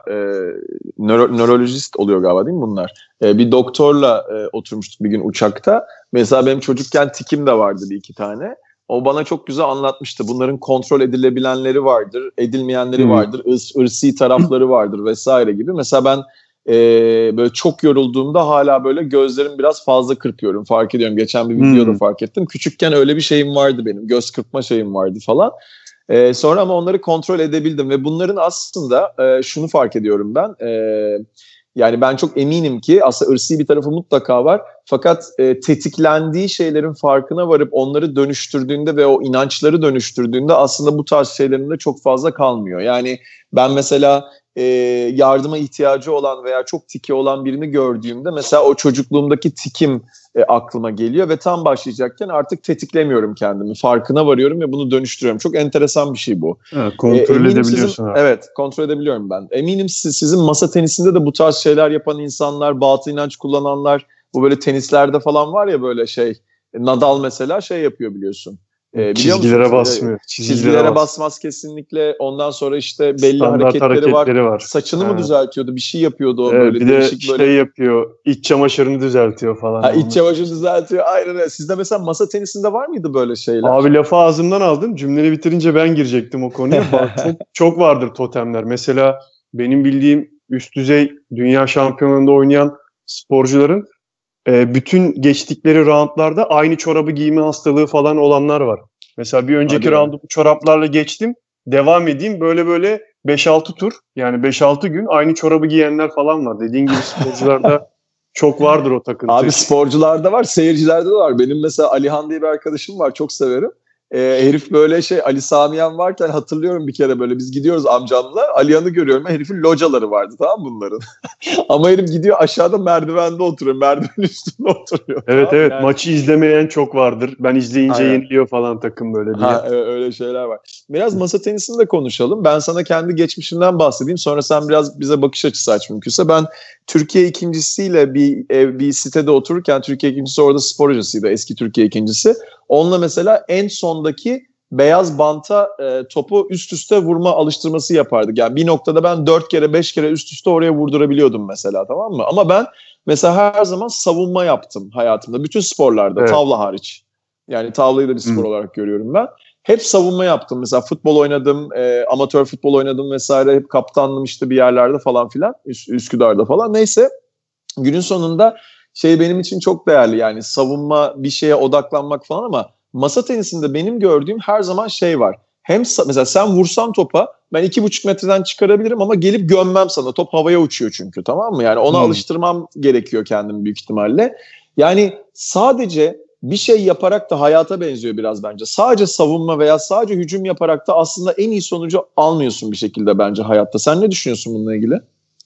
nörolojist oluyor galiba değil mi bunlar? Bir doktorla oturmuştuk bir gün uçakta. Mesela benim çocukken tikim de vardı bir iki tane. O bana çok güzel anlatmıştı. Bunların kontrol edilebilenleri vardır, edilmeyenleri vardır, ırsi tarafları vardır vesaire gibi. Mesela ben böyle çok yorulduğumda hala böyle gözlerimi biraz fazla kırpıyorum. Fark ediyorum. Geçen bir videoda fark ettim. Küçükken öyle bir şeyim vardı benim. Göz kırpma şeyim vardı falan. Sonra ama onları kontrol edebildim ve bunların aslında şunu fark ediyorum ben. Yani ben çok eminim ki aslında ırsi bir tarafı mutlaka var. Fakat tetiklendiği şeylerin farkına varıp onları dönüştürdüğünde ve o inançları dönüştürdüğünde aslında bu tarz şeylerin de çok fazla kalmıyor. Yani ben mesela yardıma ihtiyacı olan veya çok tiki olan birini gördüğümde mesela o çocukluğumdaki tikim aklıma geliyor ve tam başlayacakken artık tetiklemiyorum kendimi. Farkına varıyorum ve bunu dönüştürüyorum. Çok enteresan bir şey bu. Kontrol edebiliyorsun. Evet, kontrol edebiliyorum ben. Eminim sizin masa tenisinde de bu tarz şeyler yapan insanlar, batıl inanç kullananlar, bu böyle tenislerde falan var ya böyle Nadal mesela yapıyor biliyorsun. Çizgilere basmıyor. Çizgilere basmaz kesinlikle. Ondan sonra işte belli hareketleri var. Saçını mı düzeltiyordu? Bir şey yapıyordu o böyle. Bir de yapıyor. İç çamaşırını düzeltiyor falan. İç çamaşırını düzeltiyor. Aynen öyle. Sizde mesela masa tenisinde var mıydı böyle şeyler? Abi lafı ağzımdan aldın. Cümleni bitirince ben girecektim o konuya. çok vardır totemler. Mesela benim bildiğim üst düzey dünya şampiyonlarında oynayan sporcuların bütün geçtikleri roundlarda aynı çorabı giyme hastalığı falan olanlar var. Mesela bir önceki Hadi roundu bu çoraplarla geçtim. Devam edeyim. Böyle 5-6 tur, yani 5-6 gün aynı çorabı giyenler falan var. Dediğin gibi sporcularda çok vardır o takıntı. Abi sporcularda var, seyircilerde de var. Benim mesela Alihan diye bir arkadaşım var, çok severim. Herif böyle Ali Samiyen varken hatırlıyorum bir kere böyle biz gidiyoruz amcamla. Alihan'ı görüyorum. Herifin locaları vardı, tamam mı bunların? Ama herif gidiyor aşağıda merdivende oturuyor. Merdiven üstünde oturuyor. Evet tamam evet yani. Maçı izlemeyen çok vardır. Ben izleyince Aynen. yeniliyor falan takım böyle diye. Öyle şeyler var. Biraz masa tenisini de konuşalım. Ben sana kendi geçmişimden bahsedeyim. Sonra sen biraz bize bakış açısı aç mümkünse. Ben Türkiye ikincisiyle bir sitede otururken, Türkiye ikincisi orada spor hocasıydı, eski Türkiye ikincisi. Onunla mesela en sondaki beyaz banta topu üst üste vurma alıştırması yapardık. Yani bir noktada ben 4 kere 5 kere üst üste oraya vurdurabiliyordum mesela, tamam mı? Ama ben mesela her zaman savunma yaptım hayatımda. Bütün sporlarda, Evet. tavla hariç. Yani tavlayı da bir spor olarak görüyorum ben. Hep savunma yaptım. Mesela futbol oynadım, amatör futbol oynadım vesaire. Hep kaptandım işte bir yerlerde falan filan. Üsküdar'da falan. Neyse günün sonunda benim için çok değerli. Yani savunma, bir şeye odaklanmak falan, ama masa tenisinde benim gördüğüm her zaman var. Hem mesela sen vursan topa ben 2,5 metreden çıkarabilirim ama gelip gömmem sana. Top havaya uçuyor çünkü, tamam mı? Yani ona alıştırmam gerekiyor kendim büyük ihtimalle. Yani sadece bir şey yaparak da hayata benziyor biraz bence. Sadece savunma veya sadece hücum yaparak da aslında en iyi sonucu almıyorsun bir şekilde bence hayatta. Sen ne düşünüyorsun bununla ilgili?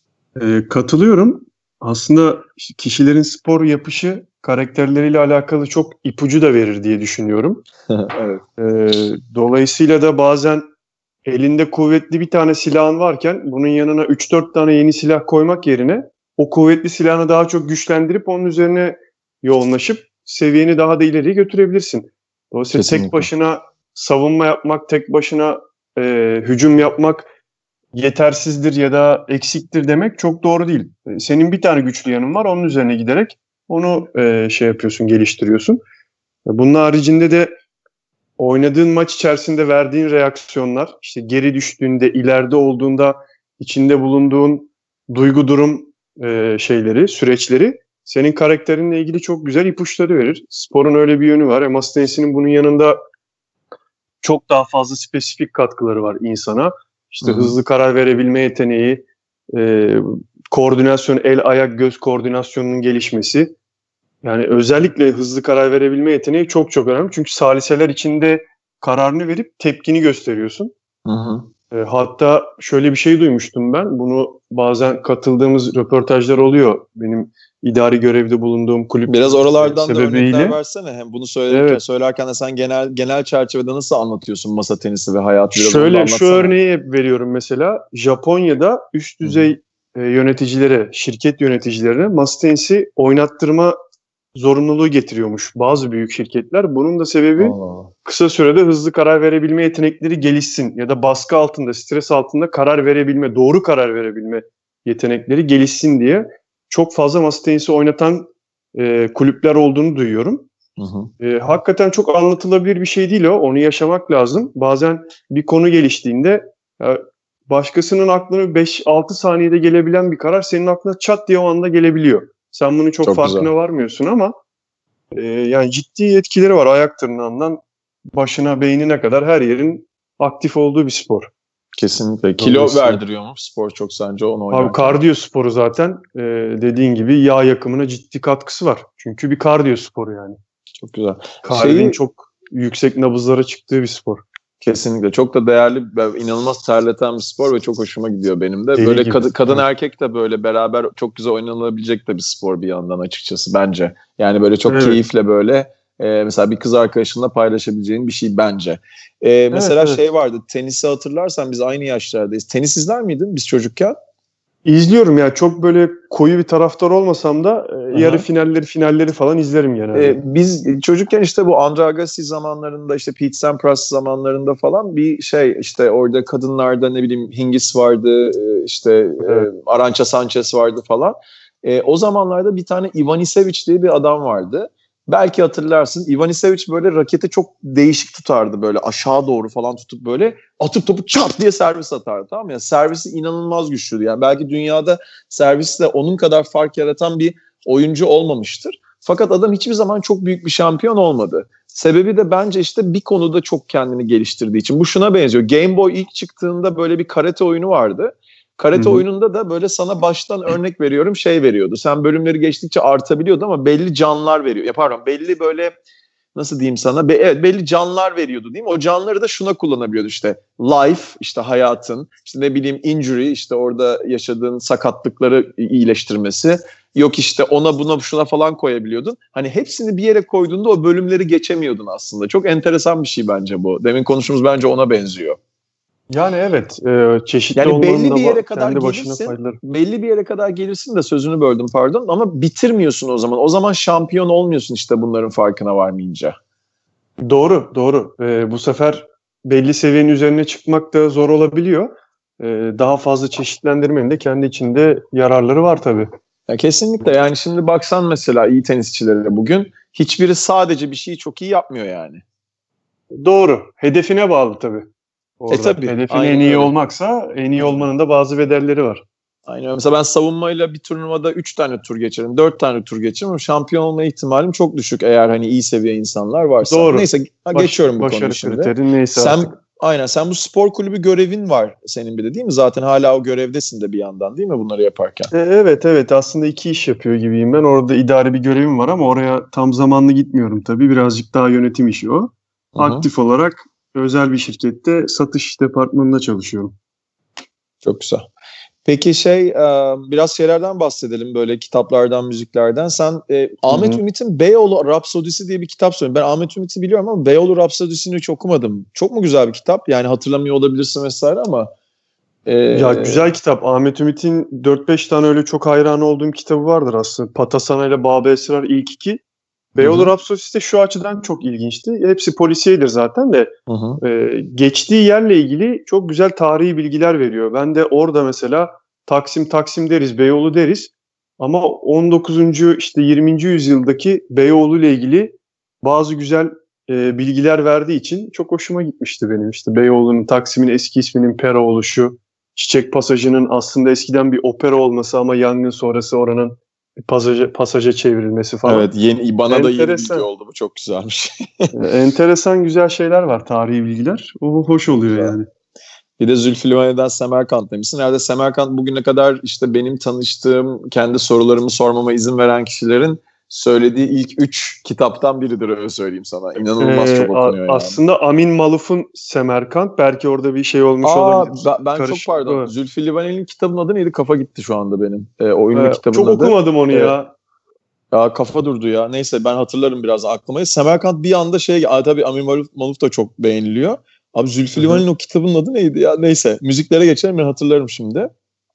Katılıyorum. Aslında kişilerin spor yapışı karakterleriyle alakalı çok ipucu da verir diye düşünüyorum. Evet. Dolayısıyla da bazen elinde kuvvetli bir tane silahın varken bunun yanına 3-4 tane yeni silah koymak yerine o kuvvetli silahını daha çok güçlendirip onun üzerine yoğunlaşıp seviyeni daha da ileriye götürebilirsin. Dolayısıyla Kesinlikle. tek başına savunma yapmak, tek başına hücum yapmak yetersizdir ya da eksiktir demek çok doğru değil. Senin bir tane güçlü yanın var, onun üzerine giderek onu yapıyorsun, geliştiriyorsun. Bunun haricinde de oynadığın maç içerisinde verdiğin reaksiyonlar, işte geri düştüğünde, ileride olduğunda içinde bulunduğun duygu durum süreçleri senin karakterinle ilgili çok güzel ipuçları verir. Sporun öyle bir yönü var. Masa tenisinin bunun yanında çok daha fazla spesifik katkıları var insana. İşte hızlı karar verebilme yeteneği, koordinasyon, el, ayak, göz koordinasyonunun gelişmesi. Yani özellikle hızlı karar verebilme yeteneği çok çok önemli. Çünkü saliseler içinde kararını verip tepkini gösteriyorsun. Hatta şöyle bir şey duymuştum ben. Bunu bazen katıldığımız röportajlar oluyor. Benim idari görevde bulunduğum kulüp biraz oralardan sebebiyle. da örnekler versene. Hem bunu söylerken de sen genel çerçevede nasıl anlatıyorsun masa tenisi ve hayatı? Şöyle şu örneği veriyorum mesela. Japonya'da üst düzey yöneticilere, şirket yöneticilerine masa tenisi oynattırma zorunluluğu getiriyormuş bazı büyük şirketler. Bunun da sebebi kısa sürede hızlı karar verebilme yetenekleri gelişsin ya da baskı altında, stres altında karar verebilme, doğru karar verebilme yetenekleri gelişsin diye çok fazla masa tenisi oynatan kulüpler olduğunu duyuyorum. Hakikaten çok anlatılabilir bir şey değil o. Onu yaşamak lazım. Bazen bir konu geliştiğinde başkasının aklına 5-6 saniyede gelebilen bir karar senin aklına çat diye o anda gelebiliyor. Sen bunun çok farkına güzel. Varmıyorsun ama yani ciddi etkileri var. Ayak tırnağından başına, beynine kadar her yerin aktif olduğu bir spor. Kesinlikle. Kilo verdiriyor mu spor çok sence onu oynarken? Abi kardiyo sporu zaten dediğin gibi yağ yakımına ciddi katkısı var. Çünkü bir kardiyo sporu yani. Çok güzel. Kalbin çok yüksek nabızlara çıktığı bir spor. Kesinlikle. Çok da değerli, inanılmaz terleten bir spor ve çok hoşuma gidiyor benim de. Böyle kadın erkek de böyle beraber çok güzel oynanabilecek de bir spor bir yandan açıkçası bence. Yani böyle çok keyifle böyle mesela bir kız arkadaşınla paylaşabileceğin bir şey bence. Mesela vardı, tenisi hatırlarsan biz aynı yaşlardayız. Tenis izler miydin biz çocukken? İzliyorum ya, çok böyle koyu bir taraftar olmasam da yarı finalleri falan izlerim genelde. Biz çocukken işte bu Andre Agassi zamanlarında, işte Pete Sampras zamanlarında falan bir işte orada kadınlarda ne bileyim Hingis vardı, işte Arantxa Sanchez vardı falan. O zamanlarda bir tane Ivanisevic diye bir adam vardı. Belki hatırlarsın. Ivanisevic böyle raketi çok değişik tutardı, böyle aşağı doğru falan tutup böyle atıp topu çat diye servis atardı, tamam mı? Yani servisi inanılmaz güçlüydü. Yani belki dünyada servisle onun kadar fark yaratan bir oyuncu olmamıştır. Fakat adam hiçbir zaman çok büyük bir şampiyon olmadı. Sebebi de bence işte bir konuda çok kendini geliştirdiği için. Bu şuna benziyor. Game Boy ilk çıktığında böyle bir karate oyunu vardı. Karate oyununda da böyle sana baştan örnek veriyorum şey veriyordu. Sen bölümleri geçtikçe artabiliyordu ama belli canlar veriyor. Ya pardon, belli böyle nasıl diyeyim sana? Evet, belli canlar veriyordu değil mi? O canları da şuna kullanabiliyordu işte. Life, işte hayatın, işte ne bileyim injury, işte orada yaşadığın sakatlıkları iyileştirmesi. Yok işte ona buna şuna falan koyabiliyordun. Hani hepsini bir yere koyduğunda o bölümleri geçemiyordun aslında. Çok enteresan bir şey bence bu. Demin konuştuğumuz bence ona benziyor. Yani evet, çeşitli Yani olmanın belli bir yere da kadar kendi başına gelirsin, faydaları. belli bir yere kadar gelirsin de sözünü böldüm pardon ama bitirmiyorsun o zaman. O zaman şampiyon olmuyorsun işte bunların farkına varmayınca. Doğru, doğru. Bu sefer belli seviyenin üzerine çıkmak da zor olabiliyor. Daha fazla çeşitlendirmenin de kendi içinde yararları var tabii. Ya kesinlikle, yani şimdi baksan mesela iyi tenisçilere bugün hiçbiri sadece bir şeyi çok iyi yapmıyor yani. Doğru. Hedefine bağlı tabii. Orada. Tabii. Hedefin Aynen en iyi öyle. olmaksa en iyi olmanın da bazı bedelleri var. Aynen öyle. Mesela ben savunmayla bir turnuvada 3 tane tur geçerim, 4 tane tur geçerim ama şampiyon olma ihtimalim çok düşük eğer hani iyi seviye insanlar varsa. Doğru. Neyse geçiyorum bu konuyu şimdi. Başarı kriterin neyse artık. Aynen, sen bu spor kulübü görevin var senin bir de değil mi? Zaten hala o görevdesin de bir yandan değil mi bunları yaparken? Evet aslında iki iş yapıyor gibiyim ben. Orada idari bir görevim var ama oraya tam zamanlı gitmiyorum tabii. Birazcık daha yönetim işi o. Hı-hı. Aktif olarak özel bir şirkette satış departmanında çalışıyorum. Çok güzel. Peki biraz şeylerden bahsedelim, böyle kitaplardan, müziklerden. Sen Ahmet Ümit'in Beyoğlu Rapsodisi diye bir kitap söylüyorsun. Ben Ahmet Ümit'i biliyorum ama Beyoğlu Rapsodisi'ni hiç okumadım. Çok mu güzel bir kitap? Yani hatırlamıyor olabilirsin vesaire ama. Ya güzel kitap. Ahmet Ümit'in 4-5 tane öyle çok hayran olduğum kitabı vardır aslında. Patasana ile Bab-ı Esrar ilk iki. Beyoğlu Rapsodisi de şu açıdan çok ilginçti. Hepsi polisiyedir zaten de. Geçtiği yerle ilgili çok güzel tarihi bilgiler veriyor. Ben de orada mesela Taksim deriz, Beyoğlu deriz. Ama 19. işte 20. yüzyıldaki Beyoğlu ile ilgili bazı güzel bilgiler verdiği için çok hoşuma gitmişti benim. İşte Beyoğlu'nun, Taksim'in eski isminin Pera oluşu, Çiçek Pasajı'nın aslında eskiden bir opera olması ama yangın sonrası oranın pasaja çevrilmesi falan. Evet, bana da yeni bilgi oldu, bu çok güzelmiş. Enteresan güzel şeyler var, tarihi bilgiler. O hoş oluyor yani. Bir de Zülfü Livaneli'den Semerkant demişsin. Nerede Semerkant bugüne kadar işte benim tanıştığım, kendi sorularımı sormama izin veren kişilerin söylediği ilk 3 kitaptan biridir, öyle söyleyeyim sana. İnanılmaz çok okunuyor yani. Aslında Amin Maluf'un Semerkant, belki orada bir şey olmuş olabilir. Ben çok pardon. Zülfü Livaneli'nin kitabının adı neydi? Kafa gitti şu anda benim. O ünlü kitabın çok adı. Çok okumadım onu ya. Ya kafa durdu ya. Neyse ben hatırlarım biraz aklıma. Semerkant bir anda tabii Amin Maluf da çok beğeniliyor. Abi Zülfü Livaneli'nin o kitabının adı neydi ya? Neyse müziklere geçelim, ben hatırlarım şimdi.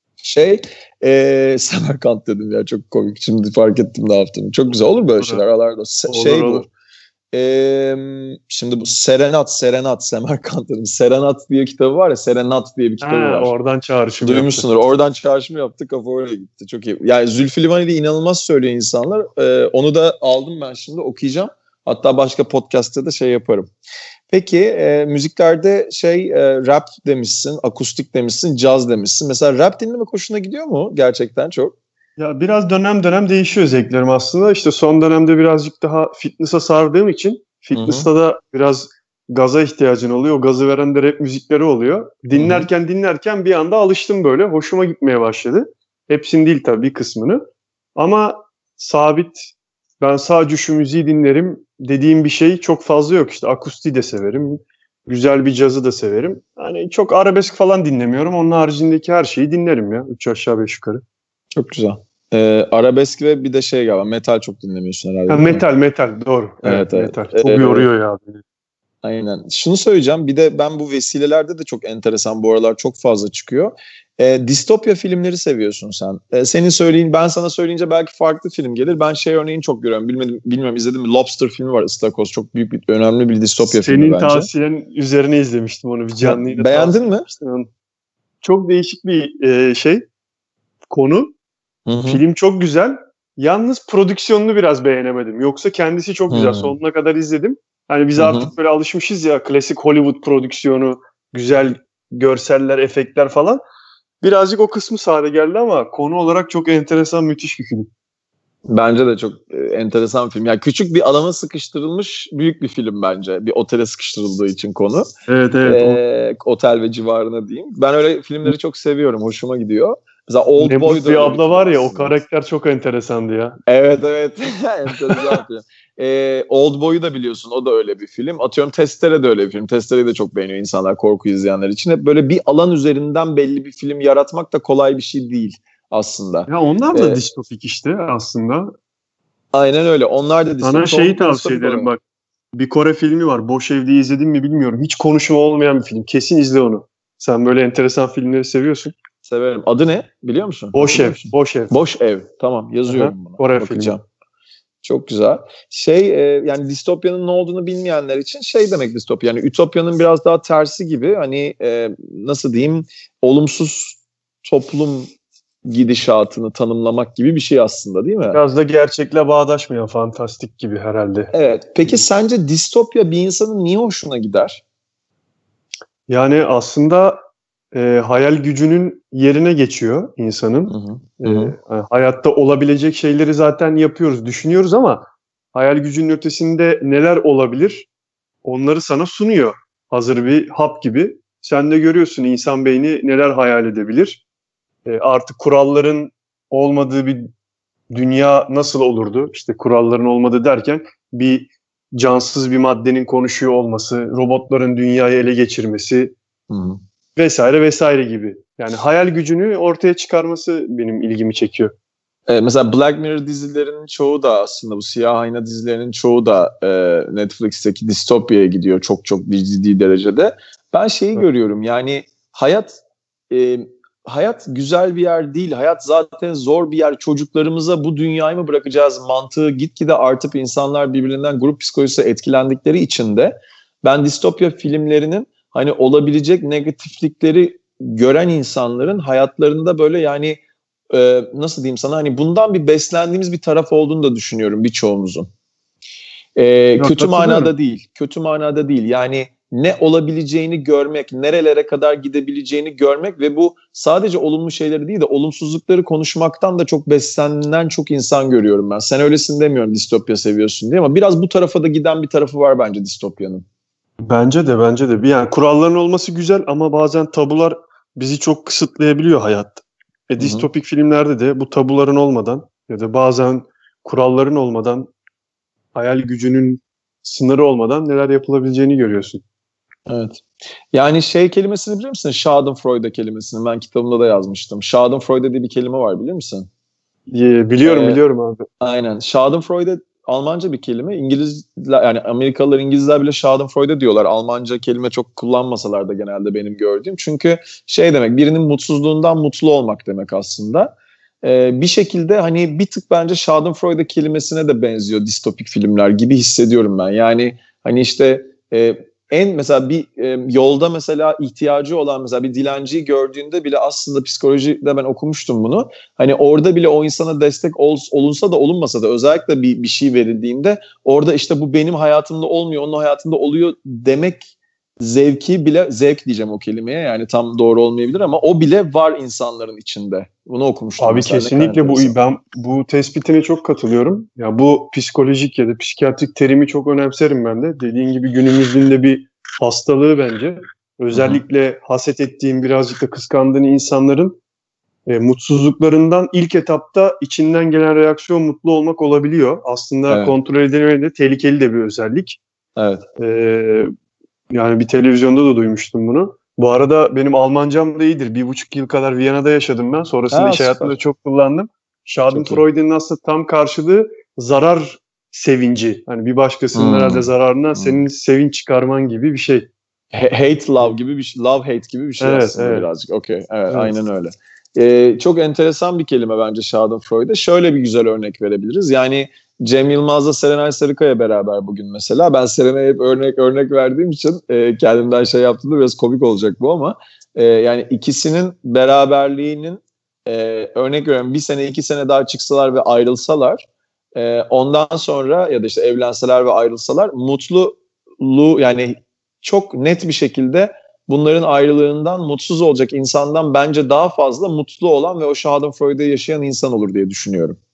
Semerkant dedim ya, çok komik. Şimdi fark ettim ne yaptığımı. Çok güzel olur böyle şeyler aralarda. Olur. Şimdi bu Serenat Semerkant dedim. Serenat diye kitabı var ya, Serenat diye bir kitabı var. Oradan çağrışım duymuşsundur. Oradan çağrışım yaptı, kafa oraya gitti. Çok iyi. Yani Zülfü Livaneli inanılmaz söylüyor insanlar. Onu da aldım ben, şimdi okuyacağım. Hatta başka podcast'ta da yaparım. Peki müziklerde rap demişsin, akustik demişsin, caz demişsin. Mesela rap dinlemek hoşuna gidiyor mu gerçekten çok? Ya biraz dönem değişiyor zevklerim aslında. İşte son dönemde birazcık daha fitness'a sardığım için fitness'ta da biraz gaza ihtiyacın oluyor. O gazı veren de rap müzikleri oluyor. Dinlerken bir anda alıştım böyle. Hoşuma gitmeye başladı. Hepsini değil tabii, bir kısmını. Ama sabit, ben sadece şu müziği dinlerim dediğim bir şey çok fazla yok. İşte akustiği de severim. Güzel bir cazı da severim. Hani çok arabesk falan dinlemiyorum. Onun haricindeki her şeyi dinlerim ya. 3 aşağı 5 yukarı. Çok güzel. Arabesk ve bir de galiba metal çok dinlemiyorsun herhalde. Metal doğru. Evet. Metal. Çok yoruyor ya beni. Aynen. Şunu söyleyeceğim. Bir de ben bu vesilelerde de çok enteresan, bu aralar çok fazla çıkıyor. Distopya filmleri seviyorsun sen. Ben sana söyleyince belki farklı film gelir. Ben örneğini çok görüyorum. Bilmiyorum izledim mi? Lobster filmi var, Istakoz. Çok büyük bir, önemli bir distopya filmi bence. Senin tavsiyen üzerine izlemiştim onu, bir canlıyla. Beğendin mi? Çok değişik bir konu. Hı-hı. Film çok güzel. Yalnız prodüksiyonunu biraz beğenemedim. Yoksa kendisi çok güzel. Sonuna kadar izledim. Hani biz artık böyle alışmışız ya, klasik Hollywood prodüksiyonu, güzel görseller, efektler falan. Birazcık o kısmı sade geldi ama konu olarak çok enteresan, müthiş bir film. Bence de çok enteresan bir film. Yani küçük bir alana sıkıştırılmış büyük bir film bence. Bir otele sıkıştırıldığı için konu. Evet, evet. Otel ve civarına diyeyim. Ben öyle filmleri çok seviyorum. Hoşuma gidiyor. Mesela Old Boy Nebus da bir öyle abla film var ya, o aslında. karakter çok enteresandı ya. Evet. Enteresan film. Old Boy'u da biliyorsun. O da öyle bir film. Atıyorum Testere de öyle bir film. Testere'yi de çok beğeniyor insanlar, korku izleyenler için. Hep böyle bir alan üzerinden belli bir film yaratmak da kolay bir şey değil aslında. Ya onlar da distopik işte aslında. Aynen öyle. Onlar da Sana şeyi tavsiye ederim bak. Bir Kore filmi var. Boş Ev diye izledin mi bilmiyorum. Hiç konuşma olmayan bir film. Kesin izle onu. Sen böyle enteresan filmleri seviyorsun. Severim. Adı ne? Biliyor musun? Boş Ev. Boş Ev. Boş Ev. Tamam, yazıyorum bunu. Kore Bakacağım. filmi. Çok güzel. Yani distopyanın ne olduğunu bilmeyenler için demek distopya. Yani ütopyanın biraz daha tersi gibi. Hani nasıl diyeyim, olumsuz toplum gidişatını tanımlamak gibi bir şey aslında, değil mi? Biraz da gerçekle bağdaşmayan, fantastik gibi herhalde. Evet. Peki sence distopya bir insanın niye hoşuna gider? Yani aslında hayal gücünün yerine geçiyor insanın. Hayatta olabilecek şeyleri zaten yapıyoruz, düşünüyoruz ama hayal gücünün ötesinde neler olabilir? Onları sana sunuyor. Hazır bir hap gibi. Sen de görüyorsun insan beyni neler hayal edebilir. Artık kuralların olmadığı bir dünya nasıl olurdu? İşte kuralların olmadığı derken bir cansız bir maddenin konuşuyor olması, robotların dünyayı ele geçirmesi vesaire vesaire gibi. Yani hayal gücünü ortaya çıkarması benim ilgimi çekiyor. Mesela Black Mirror dizilerinin çoğu da aslında, bu siyah ayna dizilerinin çoğu da Netflix'teki distopyaya gidiyor çok çok ciddi derecede. Ben görüyorum, yani hayat güzel bir yer değil. Hayat zaten zor bir yer. Çocuklarımıza bu dünyayı mı bırakacağız mantığı gitgide artıp insanlar birbirinden grup psikolojisi etkilendikleri için de ben distopya filmlerinin hani olabilecek negatiflikleri gören insanların hayatlarında böyle, yani nasıl diyeyim sana, hani bundan bir beslendiğimiz bir taraf olduğunu da düşünüyorum birçoğumuzun. Kötü manada değil. Kötü manada değil. Yani ne olabileceğini görmek, nerelere kadar gidebileceğini görmek ve bu sadece olumlu şeyleri değil de olumsuzlukları konuşmaktan da çok beslenen çok insan görüyorum ben. Sen öylesin demiyorum, distopya seviyorsun diye, ama biraz bu tarafa da giden bir tarafı var bence distopyanın. Bence de. Yani kuralların olması güzel ama bazen tabular bizi çok kısıtlayabiliyor hayatta. Distopik filmlerde de bu tabuların olmadan ya da bazen kuralların olmadan, hayal gücünün sınırı olmadan neler yapılabileceğini görüyorsun. Evet. Yani kelimesini bilir misin? Schadenfreude kelimesini. Ben kitabımda da yazmıştım. Schadenfreude diye bir kelime var, bilir misin? Biliyorum abi. Aynen. Schadenfreude Almanca bir kelime. İngilizler, yani Amerikalılar, İngilizler bile Schadenfreude diyorlar. Almanca kelime çok kullanmasalar da genelde benim gördüğüm. Çünkü demek, birinin mutsuzluğundan mutlu olmak demek aslında. Bir şekilde hani bir tık bence Schadenfreude kelimesine de benziyor distopik filmler gibi hissediyorum ben. Yani hani mesela bir yolda mesela ihtiyacı olan mesela bir dilenciyi gördüğünde bile, aslında psikolojide ben okumuştum bunu. Hani orada bile o insana destek olunsa da olunmasa da, özellikle bir şey verildiğinde orada bu benim hayatımda olmuyor, onun hayatında oluyor demek zevki bile, zevk diyeceğim o kelimeye, yani tam doğru olmayabilir ama o bile var insanların içinde. Bunu okumuştum. Abi kesinlikle ben bu tespitine çok katılıyorum. Ya bu psikolojik ya da psikiyatrik terimi çok önemserim ben de. Dediğin gibi günümüzün de bir hastalığı bence. Özellikle haset ettiğin, birazcık da kıskandığın insanların mutsuzluklarından ilk etapta içinden gelen reaksiyon mutlu olmak olabiliyor. Aslında kontrol edilemediğinde de tehlikeli de bir özellik. Evet. Yani bir televizyonda da duymuştum bunu. Bu arada benim Almancam da iyidir. 1,5 yıl kadar Viyana'da yaşadım ben. Sonrasında iş hayatımda çok kullandım. Schadenfreude'nin aslında tam karşılığı zarar sevinci. Hani bir başkasının herhalde zararından senin sevinç çıkarman gibi bir şey. Hate love gibi bir şey. Love hate gibi bir şey aslında birazcık. Okay. Evet, aynen öyle. Çok enteresan bir kelime bence Schadenfreude. Şöyle bir güzel örnek verebiliriz. Yani Cem Yılmaz'la Serenay Sarıkaya beraber bugün mesela. Ben Serenay'a hep örnek verdiğim için kendimden yaptığımda biraz komik olacak bu ama yani ikisinin beraberliğinin örnek veriyorum, 1 sene 2 sene daha çıksalar ve ayrılsalar, ondan sonra ya da evlenseler ve ayrılsalar, mutluluğu, yani çok net bir şekilde bunların ayrılığından mutsuz olacak insandan bence daha fazla mutlu olan ve o Schadenfreude'yi yaşayan insan olur diye düşünüyorum.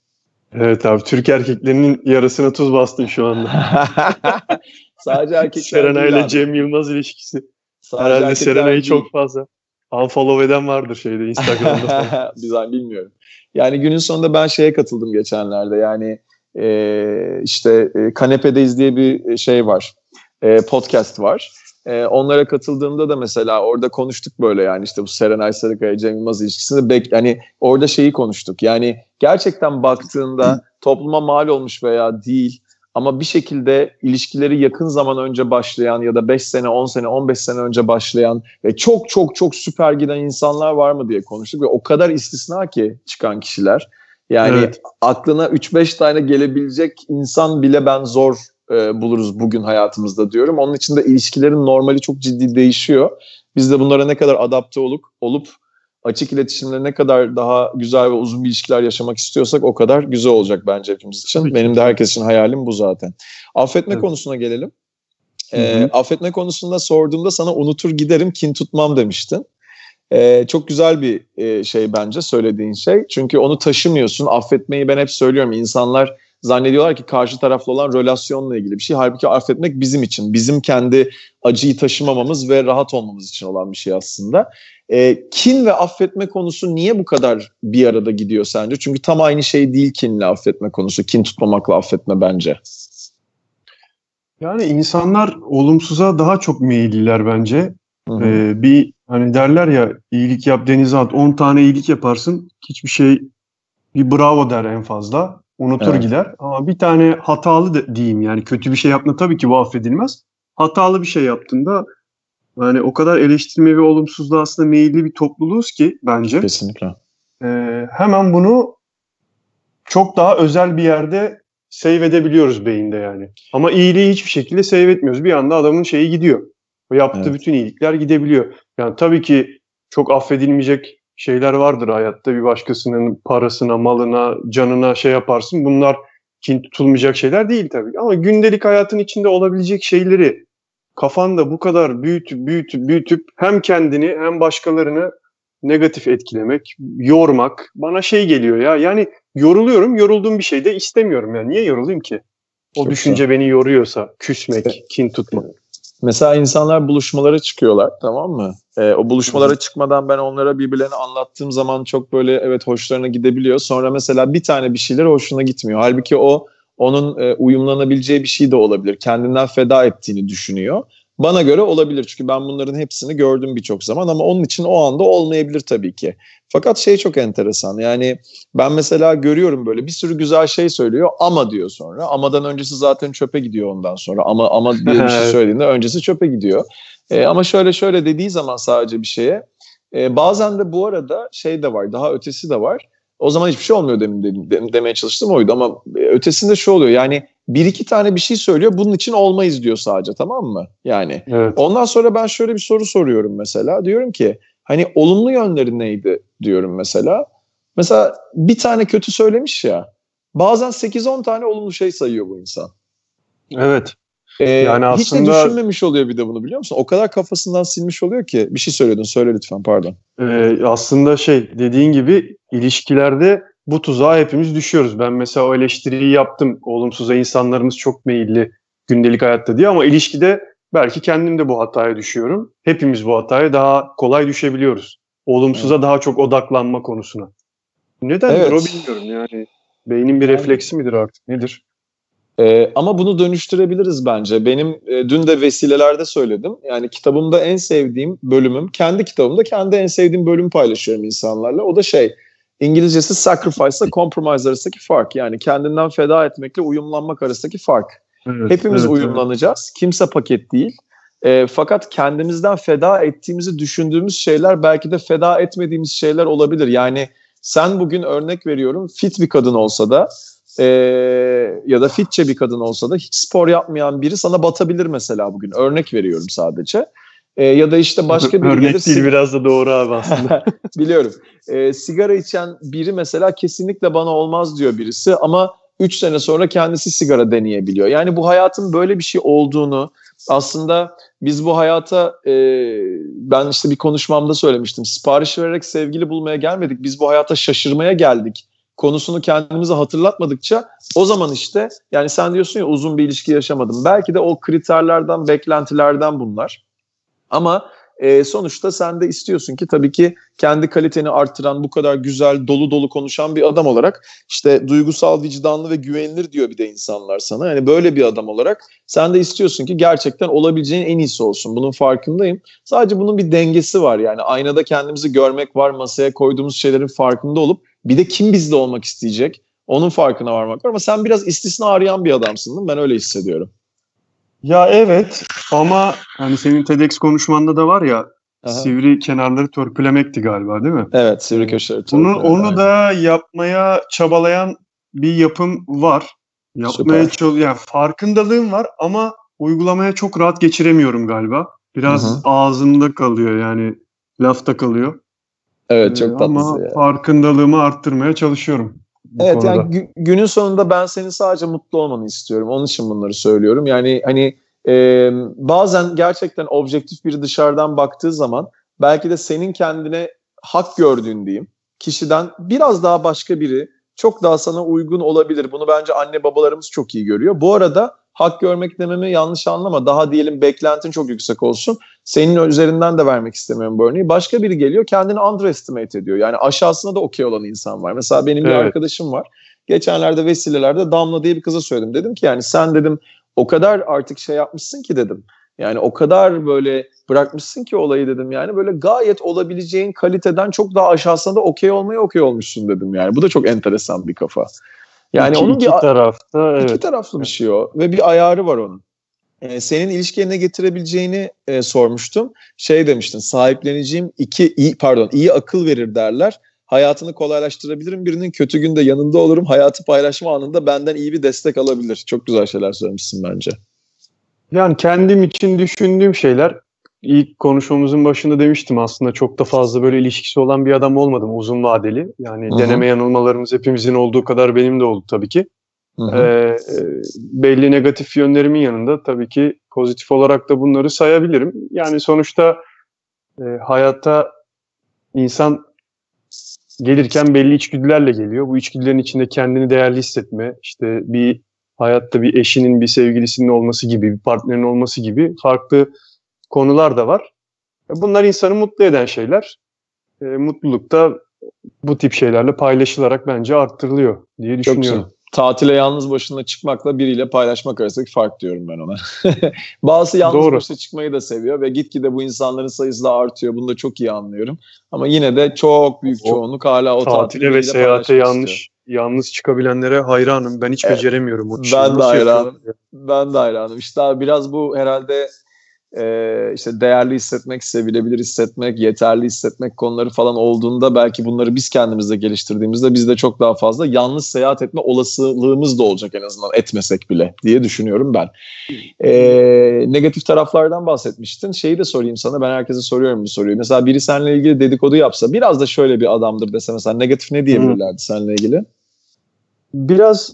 Evet abi, Türk erkeklerinin yarısına tuz bastın şu anda. Sadece erkekler Serenay değil ile abi. Cem Yılmaz ilişkisi. Sadece Herhalde erkekler Serenay'ı değil. çok fazla unfollow eden vardır şeyde, Instagram'da falan. Güzel, bilmiyorum. Yani günün sonunda ben şeye katıldım geçenlerde. Yani Kanepedeyiz diye bir şey var. Podcast var. Onlara katıldığımda da mesela orada konuştuk böyle, yani işte bu Serenay Sarıkaya Cem Yılmaz ilişkisinde yani orada şeyi konuştuk. Yani gerçekten baktığında topluma mal olmuş veya değil, ama bir şekilde ilişkileri yakın zaman önce başlayan ya da 5 sene, 10 sene, 15 sene önce başlayan ve çok çok çok süper giden insanlar var mı diye konuştuk ve o kadar istisna ki çıkan kişiler. Yani Evet. aklına 3-5 tane gelebilecek insan bile ben zor buluruz bugün hayatımızda diyorum. Onun için de ilişkilerin normali çok ciddi değişiyor. Biz de bunlara ne kadar adapte olup açık iletişimle ne kadar daha güzel ve uzun bir ilişkiler yaşamak istiyorsak o kadar güzel olacak bence hepimiz için. Tabii ki. Benim de herkes için hayalim bu zaten. Affetme Evet. konusuna gelelim. Hı-hı. Affetme konusunda sorduğumda sana unutur giderim, kin tutmam demiştin. Çok güzel bir şey bence söylediğin şey. Çünkü onu taşımıyorsun. Affetmeyi ben hep söylüyorum. İnsanlar zannediyorlar ki karşı taraflı olan relasyonla ilgili bir şey. Halbuki affetmek bizim için. Bizim kendi acıyı taşımamamız ve rahat olmamız için olan bir şey aslında. Kin ve affetme konusu niye bu kadar bir arada gidiyor sence? Çünkü tam aynı şey değil kinle affetme konusu. Kin tutmamakla affetme bence. Yani insanlar olumsuza daha çok meyilliler bence. Hı-hı. Bir hani derler ya, iyilik yap denize at. 10 tane iyilik yaparsın, hiçbir şey, bir bravo der en fazla. Unutur Evet. gider. Ama bir tane hatalı da diyeyim, yani kötü bir şey yaptığında tabii ki bu affedilmez. Hatalı bir şey yaptığında yani o kadar eleştirme ve olumsuzluğa aslında meyilli bir topluluğuz ki bence. Kesinlikle. Hemen bunu çok daha özel bir yerde save edebiliyoruz beyinde yani. Ama iyiliği hiçbir şekilde save etmiyoruz. Bir anda adamın şeyi gidiyor. O yaptığı bütün iyilikler gidebiliyor. Yani tabii ki çok affedilmeyecek şeyler vardır hayatta. Bir başkasının parasına, malına, canına şey yaparsın. Bunlar kin tutulmayacak şeyler değil tabii. Ama gündelik hayatın içinde olabilecek şeyleri kafanda bu kadar büyütüp hem kendini hem başkalarını negatif etkilemek, yormak bana şey geliyor ya. Yani yoruluyorum. Yorulduğum bir şey de istemiyorum. Yani niye yorulayım ki? O Çok düşünce güzel. beni yoruyorsa, küsmek, kin tutmak. Mesela insanlar buluşmalara çıkıyorlar, tamam mı? O buluşmalara çıkmadan ben onlara birbirlerini anlattığım zaman çok böyle evet hoşlarına gidebiliyor. Sonra mesela bir tane bir şeyler hoşuna gitmiyor. Halbuki onun uyumlanabileceği bir şey de olabilir. Kendinden feda ettiğini düşünüyor. Bana göre olabilir çünkü ben bunların hepsini gördüm birçok zaman, ama onun için o anda olmayabilir tabii ki. Fakat şey çok enteresan, yani ben mesela görüyorum böyle bir sürü güzel şey söylüyor ama diyor sonra. Amadan öncesi zaten çöpe gidiyor ondan sonra. Ama diye bir şey söylediğinde öncesi çöpe gidiyor. Ama şöyle dediği zaman sadece bir şeye. Bazen de bu arada şey de var, daha ötesi de var. O zaman hiçbir şey olmuyor demeye çalıştım oydu, ama ötesinde şu oluyor, yani bir iki tane bir şey söylüyor, bunun için olmayız diyor sadece, tamam mı? Yani Evet. ondan sonra ben şöyle bir soru soruyorum mesela. Diyorum ki hani olumlu yönleri neydi diyorum mesela. Mesela bir tane kötü söylemiş ya. Bazen 8-10 tane olumlu şey sayıyor bu insan. Evet. Yani Hiç de aslında düşünmemiş oluyor bir de bunu, biliyor musun? O kadar kafasından silmiş oluyor ki. Bir şey söylüyordun, söyle lütfen, pardon. aslında dediğin gibi ilişkilerde bu tuzağa hepimiz düşüyoruz. Ben mesela o eleştiriyi yaptım. Olumsuza insanlarımız çok meyilli gündelik hayatta diye, ama ilişkide belki kendim de bu hataya düşüyorum. Hepimiz bu hataya daha kolay düşebiliyoruz. Olumsuza daha çok odaklanma konusuna. Nedendir o bilmiyorum yani. Beynin bir refleksi midir artık, nedir? Ama bunu dönüştürebiliriz bence. Benim dün de vesilelerde söyledim. Yani kitabımda en sevdiğim bölümüm, kendi kitabımda kendi en sevdiğim bölümü paylaşıyorum insanlarla. O da İngilizcesi sacrifice ile compromise arasındaki fark. Yani kendinden feda etmekle uyumlanmak arasındaki fark. Evet, Hepimiz evet, uyumlanacağız. Kimse paket değil. Fakat kendimizden feda ettiğimizi düşündüğümüz şeyler belki de feda etmediğimiz şeyler olabilir. Yani sen bugün, örnek veriyorum, fit bir kadın olsa da ya da fitçe bir kadın olsa da hiç spor yapmayan biri sana batabilir mesela bugün. Örnek veriyorum sadece. Ya da işte başka biri örnek gelir. Değil, biraz da doğru abi aslında. Biliyorum. Sigara içen biri mesela kesinlikle bana olmaz diyor birisi, ama 3 sene sonra kendisi sigara deneyebiliyor. Yani bu hayatın böyle bir şey olduğunu, aslında biz bu hayata ben işte bir konuşmamda söylemiştim. Sipariş vererek sevgili bulmaya gelmedik. Biz bu hayata şaşırmaya geldik. konusunu kendimize hatırlatmadıkça o zaman işte yani sen diyorsun ya uzun bir ilişki yaşamadım. Belki de o kriterlerden, beklentilerden bunlar. Ama sonuçta sen de istiyorsun ki tabii ki kendi kaliteni arttıran bu kadar güzel dolu dolu konuşan bir adam olarak işte duygusal, vicdanlı ve güvenilir diyor bir de insanlar sana. Yani böyle bir adam olarak sen de istiyorsun ki gerçekten olabileceğin en iyisi olsun. Bunun farkındayım. Sadece bunun bir dengesi var yani aynada kendimizi görmek var, masaya koyduğumuz şeylerin farkında olup bir de kim bizde olmak isteyecek onun farkına varmak var. Ama sen biraz istisna arayan bir adamsın değil mi? Ben öyle hissediyorum. Ya evet ama hani senin TEDx konuşmanda da var ya Aha. sivri kenarları törpülemekti galiba değil mi? Evet, sivri köşeleri törpülemek. Onu da yapmaya çabalayan bir yapım var. Yani farkındalığım var ama uygulamaya çok rahat geçiremiyorum galiba. Biraz ağzımda kalıyor yani lafta kalıyor. Evet çok tatlısın ama ya. Farkındalığımı arttırmaya çalışıyorum. Evet konuda. yani günün sonunda ben senin sadece mutlu olmanı istiyorum. Onun için bunları söylüyorum. Yani hani bazen gerçekten objektif biri dışarıdan baktığı zaman belki de senin kendine hak gördüğün diyeyim kişiden biraz daha başka biri çok daha sana uygun olabilir. Bunu bence anne babalarımız çok iyi görüyor. Bu arada hak görmek dememi yanlış anlama. Daha diyelim beklentin çok yüksek olsun. Senin üzerinden de vermek istemiyorum bu örneği. Başka biri geliyor kendini underestimate ediyor. Yani aşağısına da okey olan insan var. Mesela benim bir arkadaşım var. Geçenlerde vesilelerde Damla diye bir kıza söyledim. Dedim ki yani sen dedim o kadar artık şey yapmışsın ki dedim. Yani o kadar böyle bırakmışsın ki olayı dedim yani böyle gayet olabileceğin kaliteden çok daha aşağısına da okey olmaya okey olmuşsun dedim yani. Bu da çok enteresan bir kafa. Yani onun iki tarafta iki taraflı bir şey o ve bir ayarı var onun. Senin ilişkiye ne getirebileceğini sormuştum. Şey demiştin sahipleneceğim iyi akıl verir derler. Hayatını kolaylaştırabilirim. Birinin kötü günde yanında olurum. Hayatı paylaşma anında benden iyi bir destek alabilir. Çok güzel şeyler söylemişsin bence. Yani kendim için düşündüğüm şeyler ilk konuşmamızın başında demiştim aslında çok da fazla böyle ilişkisi olan bir adam olmadım uzun vadeli. Yani deneme yanılmalarımız hepimizin olduğu kadar benim de oldu tabii ki. Belli negatif yönlerimin yanında tabii ki pozitif olarak da bunları sayabilirim. Yani sonuçta hayatta insan gelirken belli içgüdülerle geliyor. Bu içgüdülerin içinde kendini değerli hissetme, işte bir hayatta bir eşinin, bir sevgilisinin olması gibi, bir partnerin olması gibi farklı konular da var. Bunlar insanı mutlu eden şeyler. Mutluluk da bu tip şeylerle paylaşılarak bence arttırılıyor diye düşünüyorum. Çok tatile yalnız başına çıkmakla biriyle paylaşmak arasındaki fark diyorum ben ona. Bazısı yalnız başına çıkmayı da seviyor ve gitgide bu insanların sayısı da artıyor. Bunu da çok iyi anlıyorum. Ama yine de çok büyük çoğunluk hala o tatile ve seyahate yalnız çıkabilenlere hayranım. Ben hiç beceremiyorum. Ben de hayranım. İşte abi biraz bu herhalde işte değerli hissetmek, sevilebilir hissetmek, yeterli hissetmek konuları falan olduğunda belki bunları biz kendimizde geliştirdiğimizde bizde çok daha fazla yalnız seyahat etme olasılığımız da olacak en azından etmesek bile diye düşünüyorum ben. Negatif taraflardan bahsetmiştin. Şeyi de sorayım sana. Ben herkese soruyorum bu soruyu. Mesela biri seninle ilgili dedikodu yapsa biraz da şöyle bir adamdır dese mesela negatif ne diyebilirlerdi seninle ilgili? Biraz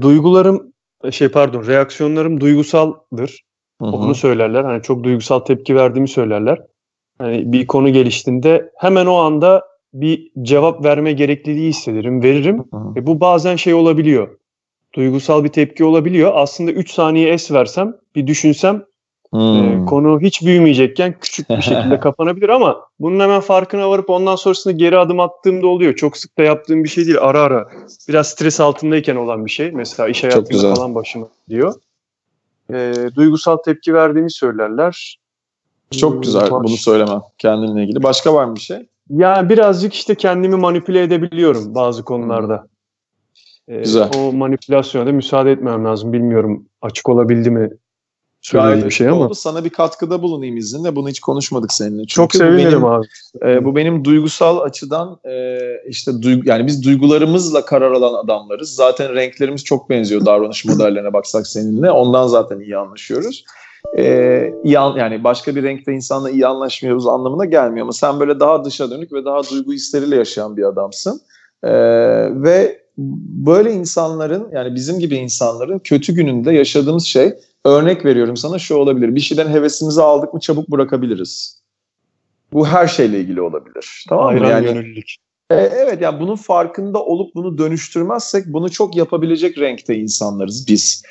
reaksiyonlarım duygusaldır. Onu söylerler. Hani çok duygusal tepki verdiğimi söylerler. Hani bir konu geliştiğinde hemen o anda bir cevap verme gerekliliği hissederim, veririm. Bu bazen şey olabiliyor. Duygusal bir tepki olabiliyor. Aslında 3 saniye es versem, bir düşünsem konu hiç büyümeyecekken küçük bir şekilde kapanabilir ama bunun hemen farkına varıp ondan sonrasında geri adım attığımda oluyor. Çok sık da yaptığım bir şey değil. Ara ara biraz stres altındayken olan bir şey. Mesela iş hayatında falan başıma gidiyor. Duygusal tepki verdiğimi söylerler. Çok güzel bunu söylemem kendinle ilgili. Başka var mı bir şey? Yani birazcık işte kendimi manipüle edebiliyorum bazı konularda. Güzel. O manipülasyona da müsaade etmem lazım. Bilmiyorum açık olabildi mi söylediğim bir şey ama. Oldu. Sana bir katkıda bulunayım izninle. Bunu hiç konuşmadık seninle. Çünkü çok sevinirim abi. Bu benim duygusal açıdan yani biz duygularımızla karar alan adamlarız. Zaten renklerimiz çok benziyor davranış modellerine baksak seninle. Ondan zaten iyi anlaşıyoruz. Yani başka bir renkte insanla iyi anlaşmıyoruz anlamına gelmiyor ama sen böyle daha dışa dönük ve daha duygu hisleriyle yaşayan bir adamsın. Ve böyle insanların yani bizim gibi insanların kötü gününde yaşadığımız şey örnek veriyorum sana şu olabilir. Bir şeyden hevesimizi aldık mı çabuk bırakabiliriz. Bu her şeyle ilgili olabilir. Tamam mı? Hayran gönüllülük. Evet, yani bunun farkında olup bunu dönüştürmezsek bunu çok yapabilecek renkte insanlarız biz.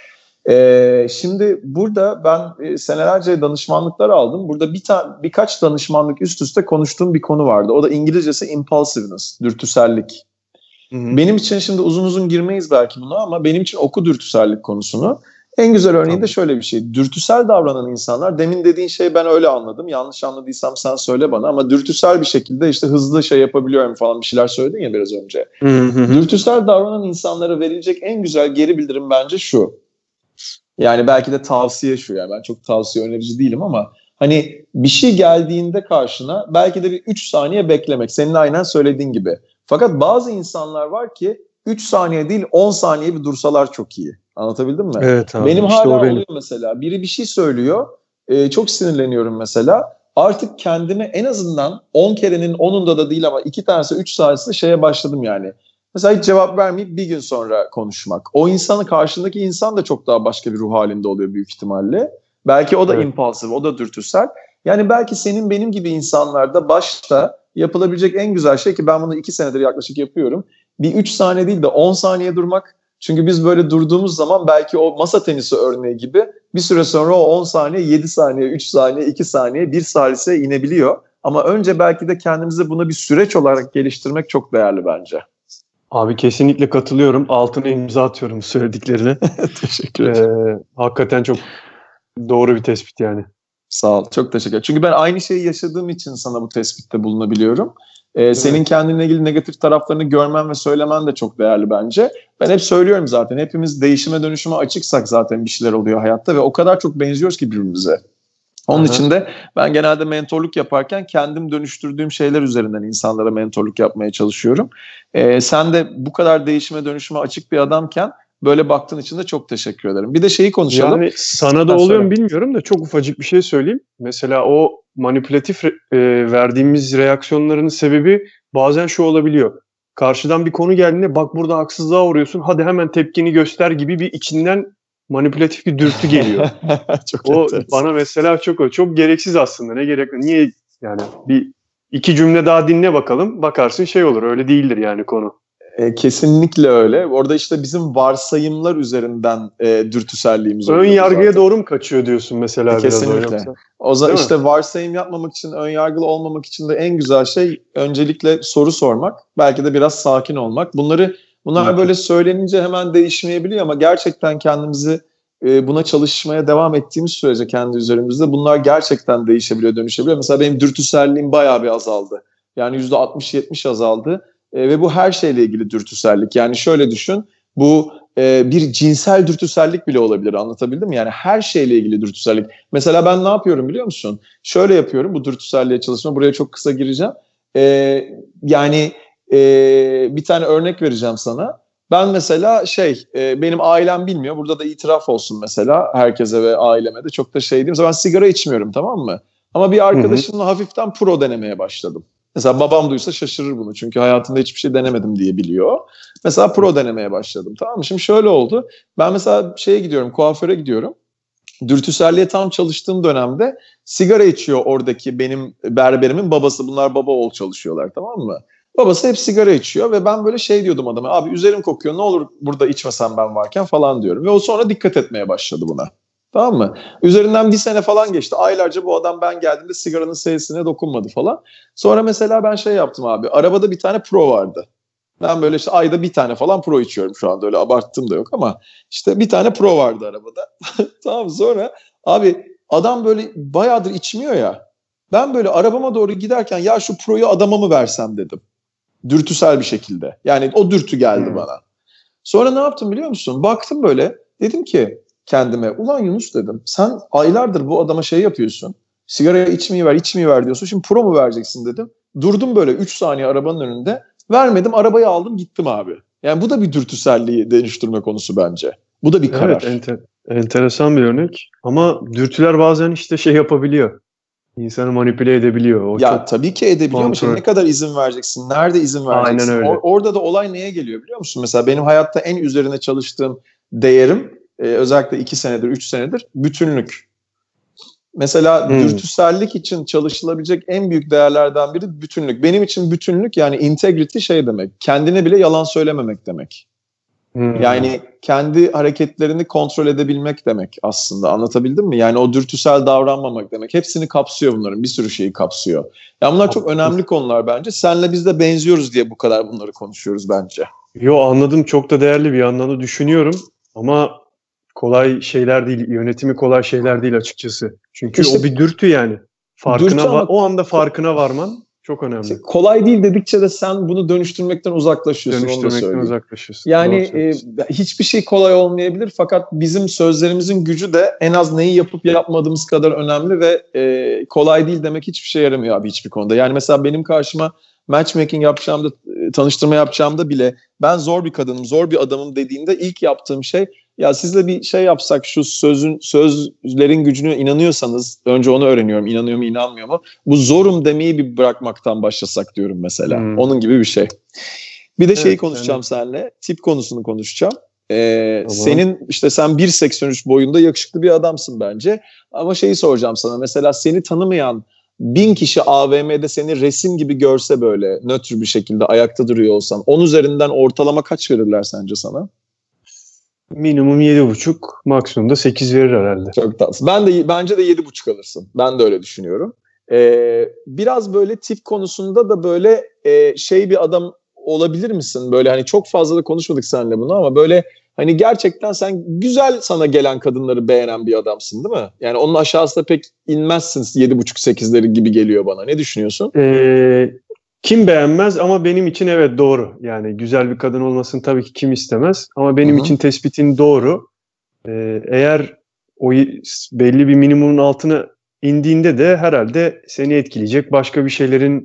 Şimdi burada ben senelerce danışmanlıklar aldım. Burada birkaç danışmanlık üst üste konuştuğum bir konu vardı. O da İngilizcesi impulsiveness, dürtüsellik. Hı-hı. Benim için şimdi uzun uzun girmeyiz belki buna ama benim için oku dürtüsellik konusunu. En güzel örneği de şöyle bir şey. Dürtüsel davranan insanlar, demin dediğin şey ben öyle anladım. Yanlış anladıysam sen söyle bana, ama dürtüsel bir şekilde işte hızlı şey yapabiliyorum falan bir şeyler söyledin ya biraz önce. Dürtüsel davranan insanlara verilecek en güzel geri bildirim bence şu. Yani belki de tavsiye şu, yani ben çok tavsiye önerici değilim ama hani bir şey geldiğinde karşına belki de bir 3 saniye beklemek, senin aynen söylediğin gibi. Fakat bazı insanlar var ki 3 saniye değil 10 saniye bir dursalar çok iyi. Anlatabildim mi? Evet abi, benim işte hala o benim. oluyor mesela. Biri bir şey söylüyor. Çok sinirleniyorum mesela. Artık kendime en azından 10 kerenin 10'unda da değil ama 2 tanesi 3 tanesi şeye başladım yani. Mesela hiç cevap vermeyip bir gün sonra konuşmak. O insanın, karşındaki insan da çok daha başka bir ruh halinde oluyor büyük ihtimalle. Belki o da impulsif, o da dürtüsel. Yani belki senin benim gibi insanlarda başta yapılabilecek en güzel şey, ki ben bunu 2 senedir yaklaşık yapıyorum. Bir 3 saniye değil de 10 saniye durmak. Çünkü biz böyle durduğumuz zaman belki o masa tenisi örneği gibi bir süre sonra o 10 saniye, 7 saniye, 3 saniye, 2 saniye, 1 salise inebiliyor. Ama önce belki de kendimizi buna bir süreç olarak geliştirmek çok değerli bence. Abi kesinlikle katılıyorum. Altına imza atıyorum söylediklerine. Teşekkür ederim. Hakikaten çok doğru bir tespit yani. Sağ ol. Çok teşekkür ederim. Çünkü ben aynı şeyi yaşadığım için sana bu tespitte bulunabiliyorum. Senin kendinle ilgili negatif taraflarını görmen ve söylemen de çok değerli bence. Ben hep söylüyorum zaten. Hepimiz değişime dönüşüme açıksak zaten bir şeyler oluyor hayatta ve o kadar çok benziyoruz ki birbirimize. Onun için de ben genelde mentorluk yaparken kendim dönüştürdüğüm şeyler üzerinden insanlara mentorluk yapmaya çalışıyorum. Sen de bu kadar değişime dönüşüme açık bir adamken böyle baktığın için de çok teşekkür ederim. Bir de şeyi konuşalım. Yani sana da oluyor mu bilmiyorum da çok ufacık bir şey söyleyeyim. Mesela o manipülatif verdiğimiz reaksiyonların sebebi bazen şu olabiliyor. Karşıdan bir konu geldiğinde bak burada haksızlığa uğruyorsun, hadi hemen tepkini göster gibi bir içinden manipülatif bir dürtü geliyor. Çok o enteresan. bana mesela çok gereksiz aslında. Ne gerek? Niye yani bir iki cümle daha dinle bakalım. Bakarsın şey olur. Öyle değildir yani konu. Kesinlikle öyle. Orada işte bizim varsayımlar üzerinden dürtüselliğimiz oluyor. Ön yargıya doğru mu kaçıyor diyorsun mesela kesinlikle. biraz O zaman işte varsayım yapmamak için, ön yargılı olmamak için de en güzel şey öncelikle soru sormak. Belki de biraz sakin olmak. Bunlar böyle söylenince hemen değişmeyebiliyor ama gerçekten kendimizi buna çalışmaya devam ettiğimiz sürece kendi üzerimizde bunlar gerçekten değişebiliyor, dönüşebiliyor. Mesela benim dürtüselliğim bayağı bir azaldı. Yani %60-70 azaldı. Ve bu her şeyle ilgili dürtüsellik. Yani şöyle düşün, bu bir cinsel dürtüsellik bile olabilir, anlatabildim mi? Yani her şeyle ilgili dürtüsellik. Mesela ben ne yapıyorum biliyor musun? Şöyle yapıyorum bu dürtüselliğe çalışma. Buraya çok kısa gireceğim. Bir tane örnek vereceğim sana. Ben mesela benim ailem bilmiyor. Burada da itiraf olsun mesela herkese ve aileme de, çok da şey diyeyim. Ben sigara içmiyorum, tamam mı? Ama bir arkadaşımla hafiften pro denemeye başladım. Mesela babam duysa şaşırır bunu. Çünkü hayatımda hiçbir şey denemedim diye biliyor. Mesela pro denemeye başladım. Tamam mı? Şimdi şöyle oldu. Ben mesela kuaföre gidiyorum. Dürtüselliğe tam çalıştığım dönemde sigara içiyor oradaki benim berberimin babası. Bunlar baba oğul çalışıyorlar, tamam mı? Babası hep sigara içiyor ve ben böyle şey diyordum adama. Abi üzerim kokuyor, ne olur burada içmesem ben varken falan diyorum. Ve o sonra dikkat etmeye başladı buna. Tamam mı? Üzerinden bir sene falan geçti. Aylarca bu adam ben geldiğimde sigaranın sesine dokunmadı falan. Sonra mesela ben yaptım abi. Arabada bir tane pro vardı. Ben böyle işte ayda bir tane falan pro içiyorum şu anda. Öyle abarttığım da yok ama işte bir tane pro vardı arabada. Tamam, sonra abi adam böyle bayağıdır içmiyor ya. Ben böyle arabama doğru giderken ya şu proyu adama mı versem dedim. Dürtüsel bir şekilde. Yani o dürtü geldi bana. Sonra ne yaptım biliyor musun? Baktım böyle, dedim ki kendime, ulan Yunus dedim, sen aylardır bu adama şey yapıyorsun. Sigaraya içmeyi ver diyorsun. Şimdi pro mu vereceksin dedim. Durdum böyle 3 saniye arabanın önünde. Vermedim, arabayı aldım gittim abi. Yani bu da bir dürtüselliği dönüştürme konusu bence. Bu da bir karar. Evet, enteresan bir örnek. Ama dürtüler bazen işte şey yapabiliyor. İnsanı manipüle edebiliyor. Tabii ki edebiliyor ama ne kadar izin vereceksin? Nerede izin vereceksin? Aynen öyle. Orada da olay neye geliyor biliyor musun? Mesela benim hayatta en üzerine çalıştığım değerim özellikle 2 senedir, 3 senedir bütünlük. Mesela dürtüsellik için çalışılabilecek en büyük değerlerden biri bütünlük. Benim için bütünlük yani integrity şey demek. Kendine bile yalan söylememek demek. Yani kendi hareketlerini kontrol edebilmek demek aslında. Anlatabildim mi? Yani o dürtüsel davranmamak demek. Hepsini kapsıyor bunların. Bir sürü şeyi kapsıyor. Ya bunlar çok önemli konular bence. Senle biz de benziyoruz diye bu kadar bunları konuşuyoruz bence. Yo, anladım. Çok da değerli bir yandan da düşünüyorum. Ama kolay şeyler değil. Yönetimi kolay şeyler değil açıkçası. Çünkü İşte, o bir dürtü yani. Dürtü ama o anda farkına varman çok önemli. İşte kolay değil dedikçe de sen bunu dönüştürmekten uzaklaşıyorsun. Dönüştürmekten uzaklaşıyorsun. Yani hiçbir şey kolay olmayabilir fakat bizim sözlerimizin gücü de en az neyi yapıp yapmadığımız kadar önemli ve kolay değil demek hiçbir şey yaramıyor abi hiçbir konuda. Yani mesela benim karşıma matchmaking yapacağımda, tanıştırma yapacağımda bile ben zor bir kadınım, zor bir adamım dediğinde ilk yaptığım şey ya sizle bir şey yapsak şu sözlerin gücüne inanıyorsanız önce onu öğreniyorum. İnanıyor mu inanmıyor mu? Bu zorum demeyi bir bırakmaktan başlasak diyorum mesela. Onun gibi bir şey. Bir de şeyi konuşacağım seninle. Tip konusunu konuşacağım. Tamam. Senin işte sen 1.83 boyunda yakışıklı bir adamsın bence. Ama şeyi soracağım sana. Mesela seni tanımayan 1000 kişi AVM'de seni resim gibi görse böyle nötr bir şekilde ayakta duruyor olsan 10 üzerinden ortalama kaç verirler sence sana? Minimum 7,5, maksimum da 8 verir herhalde. Çok tatlı. Bence de 7,5 alırsın. Ben de öyle düşünüyorum. Biraz böyle tip konusunda da böyle şey bir adam olabilir misin? Böyle hani çok fazla da konuşmadık seninle bunu ama böyle hani gerçekten sen güzel sana gelen kadınları beğenen bir adamsın değil mi? Yani onun aşağısına pek inmezsin 7,5-8'leri gibi geliyor bana. Ne düşünüyorsun? Kim beğenmez ama benim için evet doğru. Yani güzel bir kadın olmasını tabii ki kim istemez ama benim için tespitin doğru. Eğer o belli bir minimumun altına indiğinde de herhalde seni etkileyecek başka bir şeylerin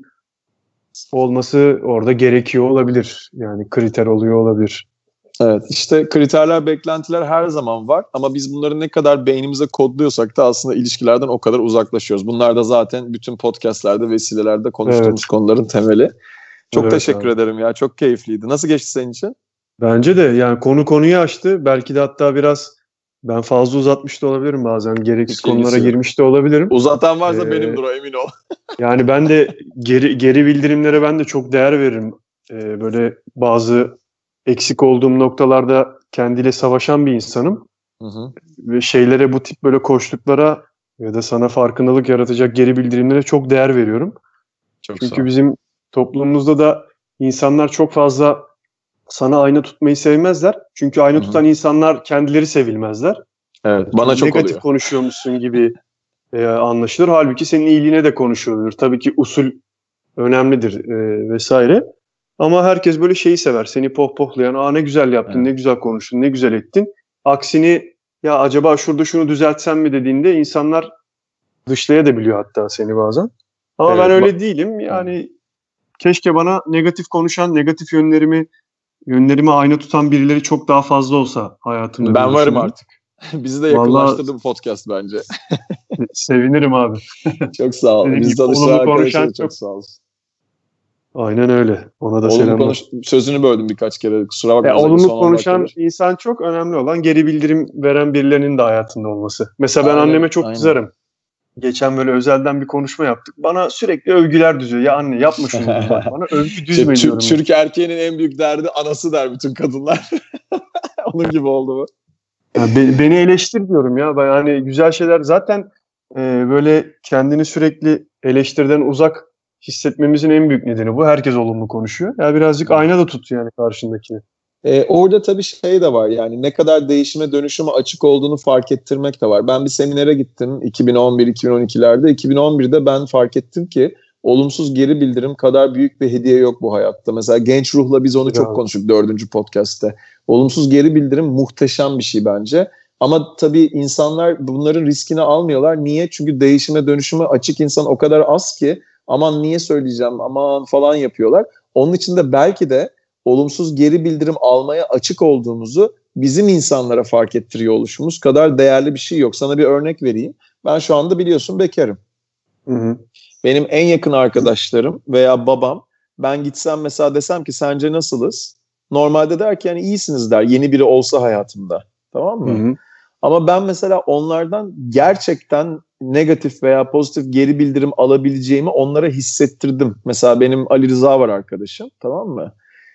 olması orada gerekiyor olabilir. Yani kriter oluyor olabilir. Evet, işte kriterler, beklentiler her zaman var ama biz bunları ne kadar beynimize kodluyorsak da aslında ilişkilerden o kadar uzaklaşıyoruz. Bunlar da zaten bütün podcastlerde, vesilelerde konuştuğumuz konuların temeli. Çok teşekkür ederim ya, çok keyifliydi. Nasıl geçti senin için? Bence de yani konuyu açtı. Belki de hatta biraz ben fazla uzatmış da olabilirim bazen. Gereksiz konulara girmiş de olabilirim. Uzatan varsa benimdir o, emin ol. Yani ben de geri bildirimlere ben de çok değer veririm. Böyle bazı eksik olduğum noktalarda kendiyle savaşan bir insanım. Ve şeylere bu tip böyle koçluklara ya da sana farkındalık yaratacak geri bildirimlere çok değer veriyorum. Çünkü bizim toplumumuzda da insanlar çok fazla sana ayna tutmayı sevmezler. Çünkü ayna tutan insanlar kendileri sevilmezler. Evet, bana çok negatif oluyor. Konuşuyormuşsun gibi anlaşılır. Halbuki senin iyiliğine de konuşulur. Tabii ki usul önemlidir vesaire. Ama herkes böyle şeyi sever. Seni pohpohlayan, ne güzel yaptın, ne güzel konuştun, ne güzel ettin. Aksini ya acaba şurada şunu düzeltsem mi dediğinde insanlar dışlayabiliyor hatta seni bazen. Ama ben öyle değilim. Yani keşke bana negatif konuşan, negatif yönlerimi ayna tutan birileri çok daha fazla olsa hayatımda. Ben varım artık. Bizi de yakınlaştırdı bu podcast bence. Sevinirim abi. Çok sağ ol. Biz tanıştıran arkadaşlar çok sağ olsun. Aynen öyle. Ona da selamlar. Sözünü böldüm birkaç kere. Kusura bakma. Olumlu konuşan insan çok önemli olan geri bildirim veren birilerinin de hayatında olması. Mesela ben anneme çok kızarım. Geçen böyle özelden bir konuşma yaptık. Bana sürekli övgüler düzüyor. Ya anne yapma şunu. Bana övgü düzme diyorum. Türk erkeğinin en büyük derdi anası der bütün kadınlar. Onun gibi oldu bu. Beni eleştir diyorum ya. Ben hani güzel şeyler zaten böyle kendini sürekli eleştiriden uzak hissetmemizin en büyük nedeni bu. Herkes olumlu konuşuyor. Ya birazcık ayna da tut yani karşındakini. Orada tabii şey de var yani ne kadar değişime dönüşüme açık olduğunu fark ettirmek de var. Ben bir seminere gittim 2011-2012'lerde. 2011'de ben fark ettim ki olumsuz geri bildirim kadar büyük bir hediye yok bu hayatta. Mesela Genç Ruh'la biz onu çok konuştuk 4. podcast'te. Olumsuz geri bildirim muhteşem bir şey bence. Ama tabii insanlar bunların riskini almıyorlar. Niye? Çünkü değişime dönüşüme açık insan o kadar az ki aman niye söyleyeceğim aman falan yapıyorlar. Onun için de belki de olumsuz geri bildirim almaya açık olduğumuzu bizim insanlara fark ettiriyor oluşumuz kadar değerli bir şey yok. Sana bir örnek vereyim. Ben şu anda biliyorsun bekarım. Benim en yakın arkadaşlarım veya babam ben gitsem mesela desem ki sence nasılız? Normalde der ki yani iyisiniz der yeni biri olsa hayatımda. Tamam mı? Ama ben mesela onlardan gerçekten negatif veya pozitif geri bildirim alabileceğimi onlara hissettirdim. Mesela benim Ali Rıza var arkadaşım, tamam mı?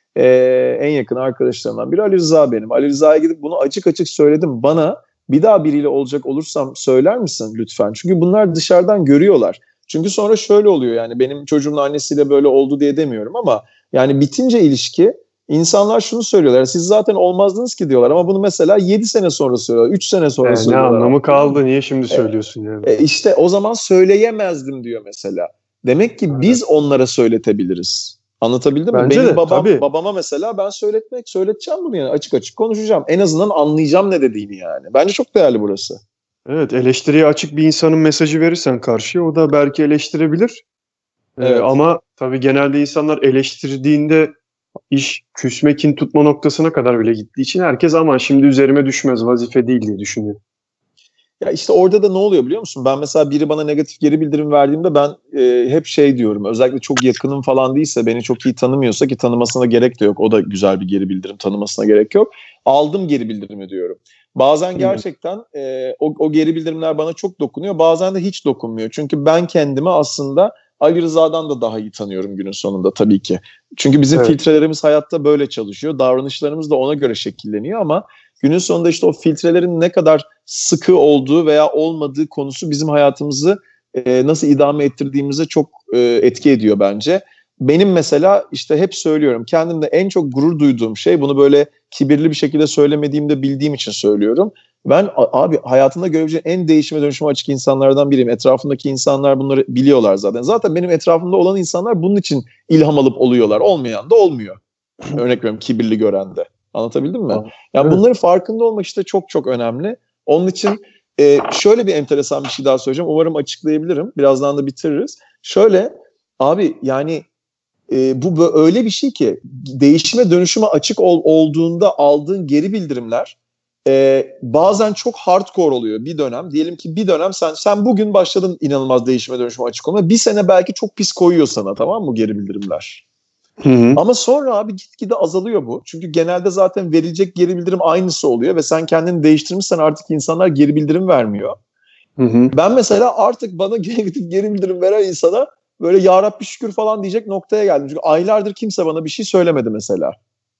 En yakın arkadaşlarımdan biri Ali Rıza benim. Ali Rıza'ya gidip bunu açık açık söyledim. Bana bir daha biriyle olacak olursam söyler misin lütfen? Çünkü bunlar dışarıdan görüyorlar. Çünkü sonra şöyle oluyor, yani benim çocuğumun annesiyle böyle oldu diye demiyorum ama yani bitince ilişki insanlar şunu söylüyorlar. Siz zaten olmazdınız ki diyorlar ama bunu mesela 7 sene sonra söylüyorlar. 3 sene sonra Ne söylüyorlar. anlamı kaldı? Niye şimdi söylüyorsun yani? İşte o zaman söyleyemezdim diyor mesela. Demek ki biz onlara söyletebiliriz. Anlatabildim mi? Bence Benim de, tabii. babama mesela ben söyleteceğim bunu, yani açık açık konuşacağım. En azından anlayacağım ne dediğini yani. Bence çok değerli burası. Evet, eleştiriye açık bir insanın mesajı verirsen karşıya, o da belki eleştirebilir. Evet. Ama tabii genelde insanlar eleştirdiğinde iş küsme, kin tutma noktasına kadar bile gittiği için herkes aman şimdi üzerime düşmez, vazife değil diye düşünüyor. Ya işte orada da ne oluyor biliyor musun? Ben mesela biri bana negatif geri bildirim verdiğimde ben hep şey diyorum. Özellikle çok yakınım falan değilse, beni çok iyi tanımıyorsa, ki tanımasına gerek de yok. O da güzel bir geri bildirim, tanımasına gerek yok. Aldım geri bildirimi diyorum. Bazen gerçekten o geri bildirimler bana çok dokunuyor. Bazen de hiç dokunmuyor. Çünkü ben kendimi aslında Ali Rıza'dan da daha iyi tanıyorum günün sonunda tabii ki. Çünkü bizim filtrelerimiz hayatta böyle çalışıyor. Davranışlarımız da ona göre şekilleniyor ama günün sonunda işte o filtrelerin ne kadar sıkı olduğu veya olmadığı konusu bizim hayatımızı nasıl idame ettirdiğimize çok etki ediyor bence. Benim mesela işte hep söylüyorum, kendimde en çok gurur duyduğum şey, bunu böyle kibirli bir şekilde söylemediğimde bildiğim için söylüyorum. Ben abi hayatımda görebileceğim en değişime dönüşüme açık insanlardan biriyim. Etrafımdaki insanlar bunları biliyorlar zaten. Zaten benim etrafımda olan insanlar bunun için ilham alıp oluyorlar. Olmayan da olmuyor. Örnek veriyorum, kibirli gören de. Anlatabildim mi? Yani bunların farkında olmak işte çok çok önemli. Onun için şöyle bir enteresan bir şey daha söyleyeceğim. Umarım açıklayabilirim. Birazdan da bitiririz. Şöyle abi, yani bu öyle bir şey ki değişime dönüşüme açık olduğunda aldığın geri bildirimler bazen çok hardcore oluyor bir dönem. Diyelim ki bir dönem sen bugün başladın inanılmaz değişime dönüşüme açık olmaya. Bir sene belki çok pis koyuyor sana, tamam mı, geri bildirimler. Hı-hı. Ama sonra abi gitgide azalıyor bu. Çünkü genelde zaten verilecek geri bildirim aynısı oluyor ve sen kendini değiştirmişsen artık insanlar geri bildirim vermiyor. Hı-hı. Ben mesela artık bana geri bildirim veren insana böyle ya Rabbi şükür falan diyecek noktaya geldim. Çünkü aylardır kimse bana bir şey söylemedi mesela.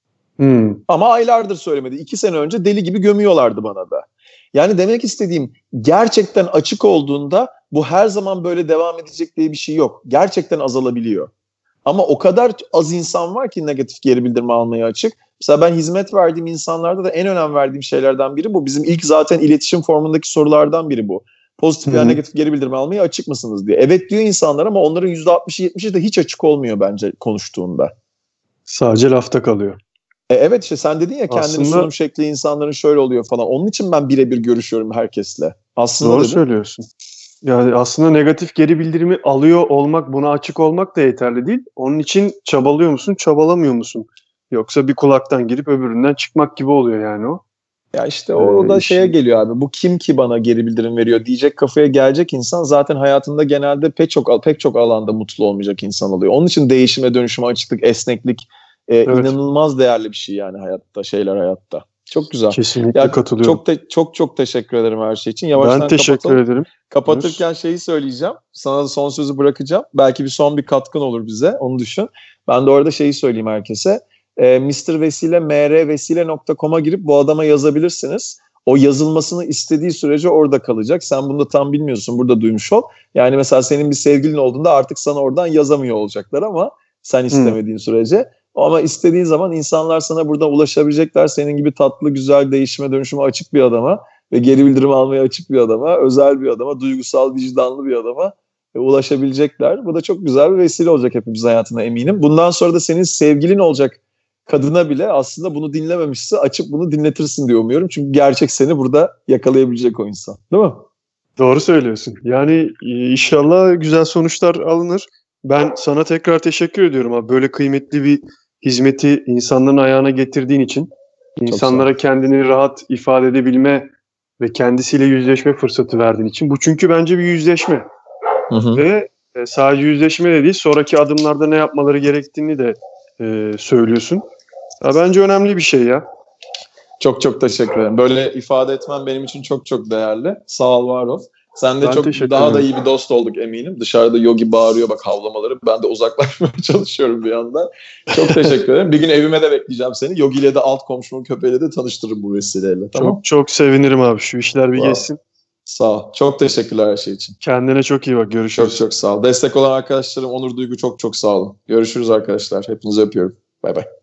Ama aylardır söylemedi. 2 sene önce deli gibi gömüyorlardı bana da. Yani demek istediğim, gerçekten açık olduğunda bu her zaman böyle devam edecek diye bir şey yok. Gerçekten azalabiliyor. Ama o kadar az insan var ki negatif geri bildirim almaya açık. Mesela ben hizmet verdiğim insanlarda da en önem verdiğim şeylerden biri bu. Bizim ilk zaten iletişim formundaki sorulardan biri bu. Pozitif veya negatif geri bildirim almaya açık mısınız diye. Evet diyor insanlar ama onların %60'ı 70'i de hiç açık olmuyor bence konuştuğunda. Sadece lafta kalıyor. Evet, işte sen dedin ya kendini sunum şekli insanların şöyle oluyor falan. Onun için ben birebir görüşüyorum herkesle. Aslında doğru söylüyorsun. Yani aslında negatif geri bildirimi alıyor olmak, buna açık olmak da yeterli değil. Onun için çabalıyor musun, çabalamıyor musun? Yoksa bir kulaktan girip öbüründen çıkmak gibi oluyor yani o. Ya işte o da şeye geliyor abi. Bu kim ki bana geri bildirim veriyor diyecek kafaya gelecek insan zaten hayatında genelde pek çok alanda mutlu olmayacak insan oluyor. Onun için değişime, dönüşüme açıklık, esneklik inanılmaz değerli bir şey yani hayatta. Çok güzel. Kesinlikle katılıyorum. Çok teşekkür ederim her şey için. Yavaştan ben teşekkür ederim. Kapatırken şeyi söyleyeceğim. Sana da son sözü bırakacağım. Belki son bir katkın olur bize. Onu düşün. Ben de orada şeyi söyleyeyim herkese. Mr. Vesile mrvesile.com'a girip bu adama yazabilirsiniz. O yazılmasını istediği sürece orada kalacak. Sen bunu da tam bilmiyorsun. Burada duymuş ol. Yani mesela senin bir sevgilin olduğunda artık sana oradan yazamıyor olacaklar ama sen istemediğin sürece. Ama istediğin zaman insanlar sana buradan ulaşabilecekler. Senin gibi tatlı, güzel, değişime, dönüşüme açık bir adama ve geri bildirim almaya açık bir adama, özel bir adama, duygusal, vicdanlı bir adama ulaşabilecekler. Bu da çok güzel bir vesile olacak hepimiz hayatına, eminim. Bundan sonra da senin sevgilin olacak kadına bile aslında bunu dinlememişse açıp bunu dinletirsin diye umuyorum. Çünkü gerçek seni burada yakalayabilecek o insan. Değil mi? Doğru söylüyorsun. Yani inşallah güzel sonuçlar alınır. Ben sana tekrar teşekkür ediyorum abi. Böyle kıymetli bir hizmeti insanların ayağına getirdiğin için. İnsanlara kendini rahat ifade edebilme ve kendisiyle yüzleşme fırsatı verdiğin için. Bu çünkü bence bir yüzleşme. Hı-hı. Ve sadece yüzleşme de değil, sonraki adımlarda ne yapmaları gerektiğini de söylüyorsun. Ya, bence önemli bir şey ya. Çok teşekkür ederim. Böyle ifade etmem benim için çok değerli. Sağ ol, var ol. Sen de Ben çok teşekkür daha da ederim. iyi bir dost olduk eminim. Dışarıda Yogi bağırıyor bak havlamaları. Ben de uzaklaşmaya çalışıyorum bir yandan. Çok teşekkür ederim. Bir gün evime de bekleyeceğim seni. Yogi ile de alt komşumun köpeğiyle de tanıştırırım bu vesileyle. Tamam. Çok çok sevinirim abi. Şu işler bir Wow. geçsin. Sağ ol. Çok teşekkürler her şey için. Kendine çok iyi bak. Görüşürüz. Çok çok sağ ol. Destek olan arkadaşlarım Onur Duygu çok çok sağ olun. Görüşürüz arkadaşlar. Hepinizi öpüyorum. Bay bay.